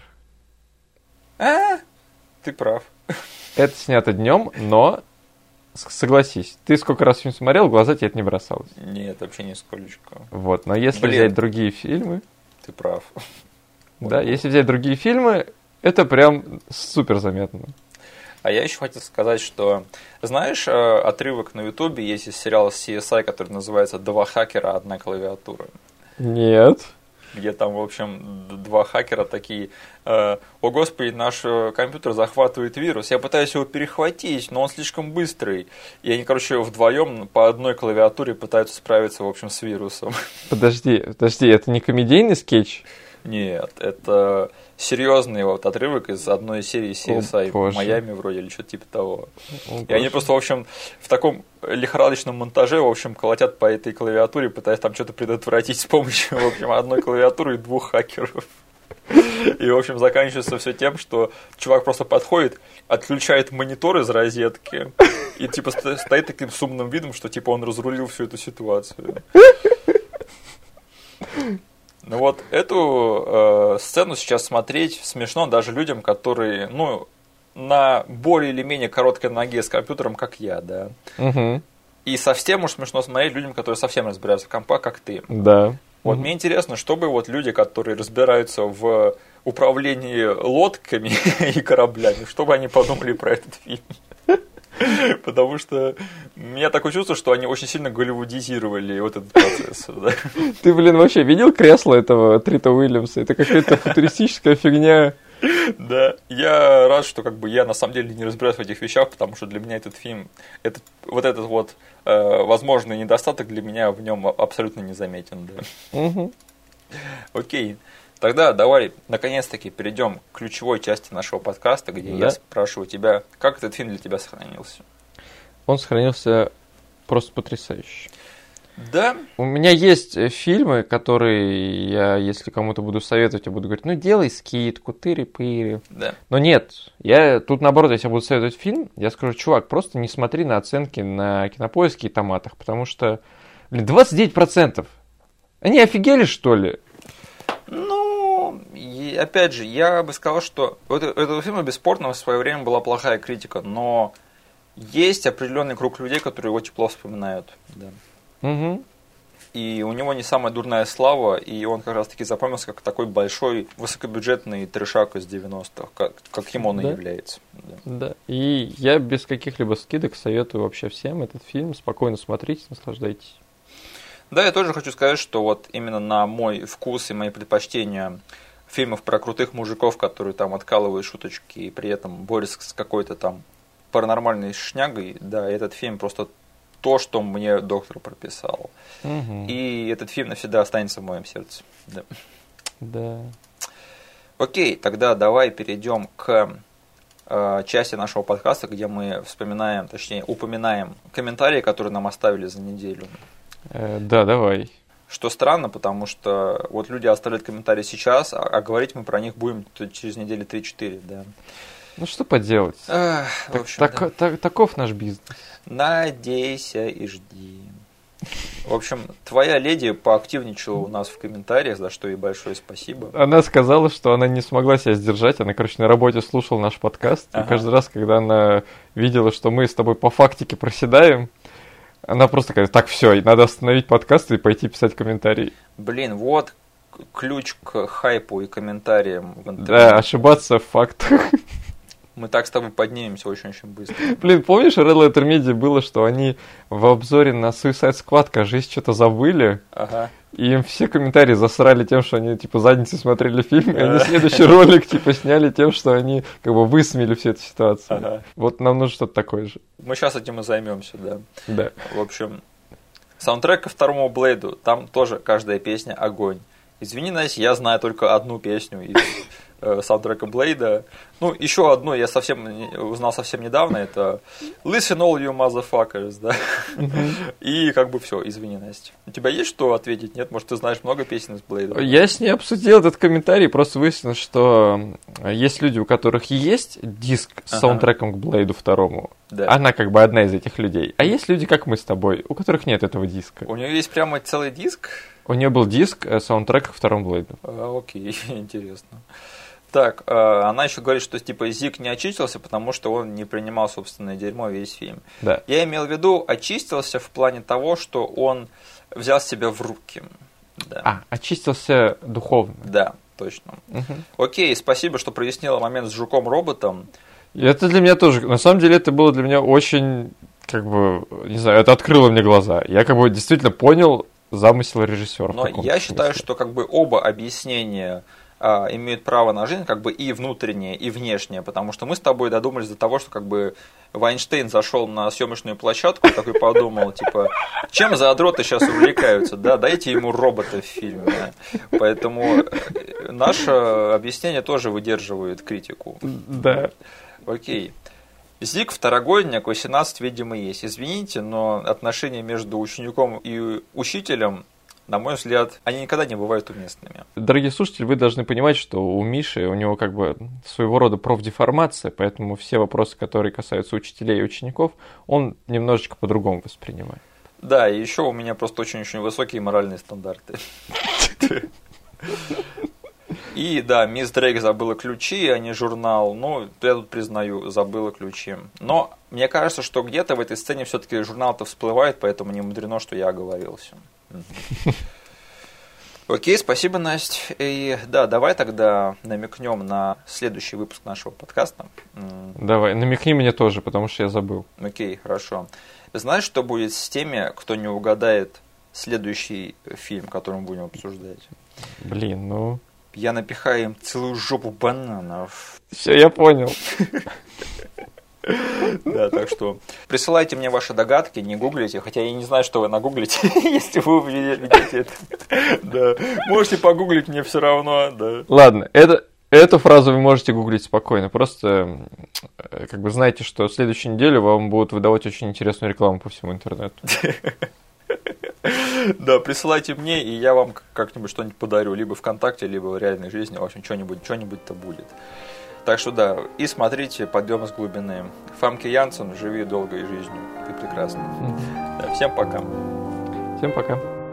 Ты прав. Это снято днем, но согласись, ты сколько раз фильм смотрел, в глаза тебе это не бросалось. Нет, вообще нисколечко. Вот, но если взять другие фильмы... Ты прав. Да, если взять другие фильмы, это прям супер заметно. А я еще хотел сказать, что, знаешь, отрывок на Ютубе есть из сериала CSI, который называется «Два хакера, одна клавиатура». Нет. Где там, в общем, два хакера такие: «О, господи, наш компьютер захватывает вирус, я пытаюсь его перехватить, но он слишком быстрый». И они, короче, вдвоем по одной клавиатуре пытаются справиться, в общем, с вирусом. Подожди, это не комедийный скетч? Нет, это серьезный вот отрывок из одной серии CSI в Майами вроде, или что-то типа того. И они просто, в общем, в таком лихорадочном монтаже, в общем, колотят по этой клавиатуре, пытаясь там что-то предотвратить с помощью, в общем, одной клавиатуры и двух хакеров. И, в общем, заканчивается все тем, что чувак просто подходит, отключает монитор из розетки и, типа, стоит таким с умным видом, что, типа, он разрулил всю эту ситуацию. Ну вот эту сцену сейчас смотреть смешно даже людям, которые, ну, на более или менее короткой ноге с компьютером, как я, да. Угу. И совсем уж смешно смотреть людям, которые совсем разбираются в компах, как ты. Да. Вот мне интересно, чтобы вот люди, которые разбираются в управлении лодками и кораблями, что бы они подумали про этот фильм. Потому что у меня такое чувство, что они очень сильно голливудизировали вот этот процесс. Да? Ты, блин, вообще видел кресло этого Трита Уильямса? Это какая-то футуристическая фигня. Да, я рад, что как бы я на самом деле не разбираюсь в этих вещах, потому что для меня этот фильм, этот возможный недостаток для меня в нем абсолютно незаметен. Да. Угу. Окей. Тогда давай, наконец-таки, перейдем к ключевой части нашего подкаста, где я спрашиваю тебя, как этот фильм для тебя сохранился? Он сохранился просто потрясающе. Да? У меня есть фильмы, которые я, если кому-то буду советовать, я буду говорить, ну, делай скидку, тыри-пыри. Да. Но нет, тут наоборот, если я буду советовать фильм, я скажу, чувак, просто не смотри на оценки на Кинопоиске и Томатах, потому что, 29%. Они офигели, что ли? Ну, опять же, я бы сказал, что у этого фильма бесспорно в свое время была плохая критика, но есть определенный круг людей, которые его тепло вспоминают. Да. Угу. И у него не самая дурная слава, и он как раз-таки запомнился как такой большой, высокобюджетный трешак из 90-х, каким он и является. Да. И я без каких-либо скидок советую вообще всем этот фильм. Спокойно смотрите, наслаждайтесь. Да, я тоже хочу сказать, что вот именно на мой вкус и мои предпочтения фильмов про крутых мужиков, которые там откалывают шуточки и при этом борются с какой-то там паранормальной шнягой, да, этот фильм просто то, что мне доктор прописал. Угу. И этот фильм навсегда останется в моем сердце. Да. Да. Окей, тогда давай перейдем к части нашего подкаста, где мы вспоминаем, точнее, упоминаем комментарии, которые нам оставили за неделю. Да, давай. Что странно, потому что вот люди оставляют комментарии сейчас, а говорить мы про них будем через недели 3-4, да. Ну что поделать? В общем, таков наш бизнес. Надейся и жди. В общем, твоя леди поактивничала у нас в комментариях, за что ей большое спасибо. Она сказала, что она не смогла себя сдержать. Она, короче, на работе слушала наш подкаст. И каждый раз, когда она видела, что мы с тобой по фактике проседаем, она просто говорит: так, все, надо остановить подкаст и пойти писать комментарии. Блин, вот ключ к хайпу и комментариям в интернете. Да, ошибаться в фактах. Мы так с тобой поднимемся очень-очень быстро. Блин, помнишь, у Red Letter Media было, что они в обзоре на Suicide Squad, кажется, что-то забыли, и им все комментарии засрали тем, что они, типа, задницей смотрели фильм, и они следующий ролик, типа, сняли тем, что они, как бы, высмеяли всю эту ситуацию. Вот нам нужно что-то такое же. Мы сейчас этим и займемся, да. Да. В общем, саундтрек ко второму Блейду, там тоже каждая песня огонь. Извини, Настя, я знаю только одну песню из саундтрека Блейда. Ну, еще одну я узнал совсем недавно, это Listen all you motherfuckers, да. И как бы все, извини, Настя. У тебя есть что ответить? Нет? Может, ты знаешь много песен из Блейда? Я с ней обсудил этот комментарий, просто выяснилось, что есть люди, у которых есть диск с саундтреком к Блейду второму. Да. Она как бы одна из этих людей. А есть люди, как мы с тобой, у которых нет этого диска. У нее есть прямо целый диск? У нее был диск саундтрека к второму Блейду. Окей, интересно. Так, она еще говорит, что типа Зик не очистился, потому что он не принимал собственное дерьмо весь фильм. Да. Я имел в виду, очистился в плане того, что он взял себя в руки. Да. Очистился духовно. Да, точно. Окей, спасибо, что прояснила момент с жуком-роботом. Это для меня тоже, на самом деле, это было для меня очень, как бы, не знаю, это открыло мне глаза. Я как бы действительно понял замысел режиссера. Но я считаю, что как бы оба объяснения имеют право на жизнь, как бы и внутреннее, и внешнее, потому что мы с тобой додумались до того, что как бы Вайнштейн зашел на съемочную площадку, такой подумал, типа, чем задроты сейчас увлекаются, да, дайте ему робота в фильме. Да? Поэтому наше объяснение тоже выдерживает критику. Да. Окей. Зик второгодник, 18, видимо, есть. Извините, но отношения между учеником и учителем, на мой взгляд, они никогда не бывают уместными. Дорогие слушатели, вы должны понимать, что у Миши, у него как бы своего рода профдеформация, поэтому все вопросы, которые касаются учителей и учеников, он немножечко по-другому воспринимает. Да, и еще у меня просто очень-очень высокие моральные стандарты. И да, мисс Дрейк забыла ключи, а не журнал. Ну, я тут признаю, забыла ключи. Но мне кажется, что где-то в этой сцене все-таки журнал-то всплывает, поэтому не мудрено, что я оговорился. Окей, спасибо, Настя. И да, давай тогда намекнем на следующий выпуск нашего подкаста. Давай, намекни мне тоже, потому что я забыл. Окей, хорошо. Знаешь, что будет с теми, кто не угадает следующий фильм, который мы будем обсуждать? Блин, ну... Я напихаю им целую жопу бананов. Все, я понял. Да, так что присылайте мне ваши догадки, не гуглите, хотя я не знаю, что вы нагуглите, если вы увидите это. Да. Можете погуглить, мне все равно, да. Ладно, эту фразу вы можете гуглить спокойно, просто как бы знайте, что в следующей неделе вам будут выдавать очень интересную рекламу по всему интернету. Да, присылайте мне, и я вам как-нибудь что-нибудь подарю, либо ВКонтакте, либо в реальной жизни, в общем, что-нибудь-то будет. Так что да, и смотрите «Подъем с глубины». Фамке Янсен, живи долгой жизнью, ты прекрасный. Да, всем пока. Всем пока.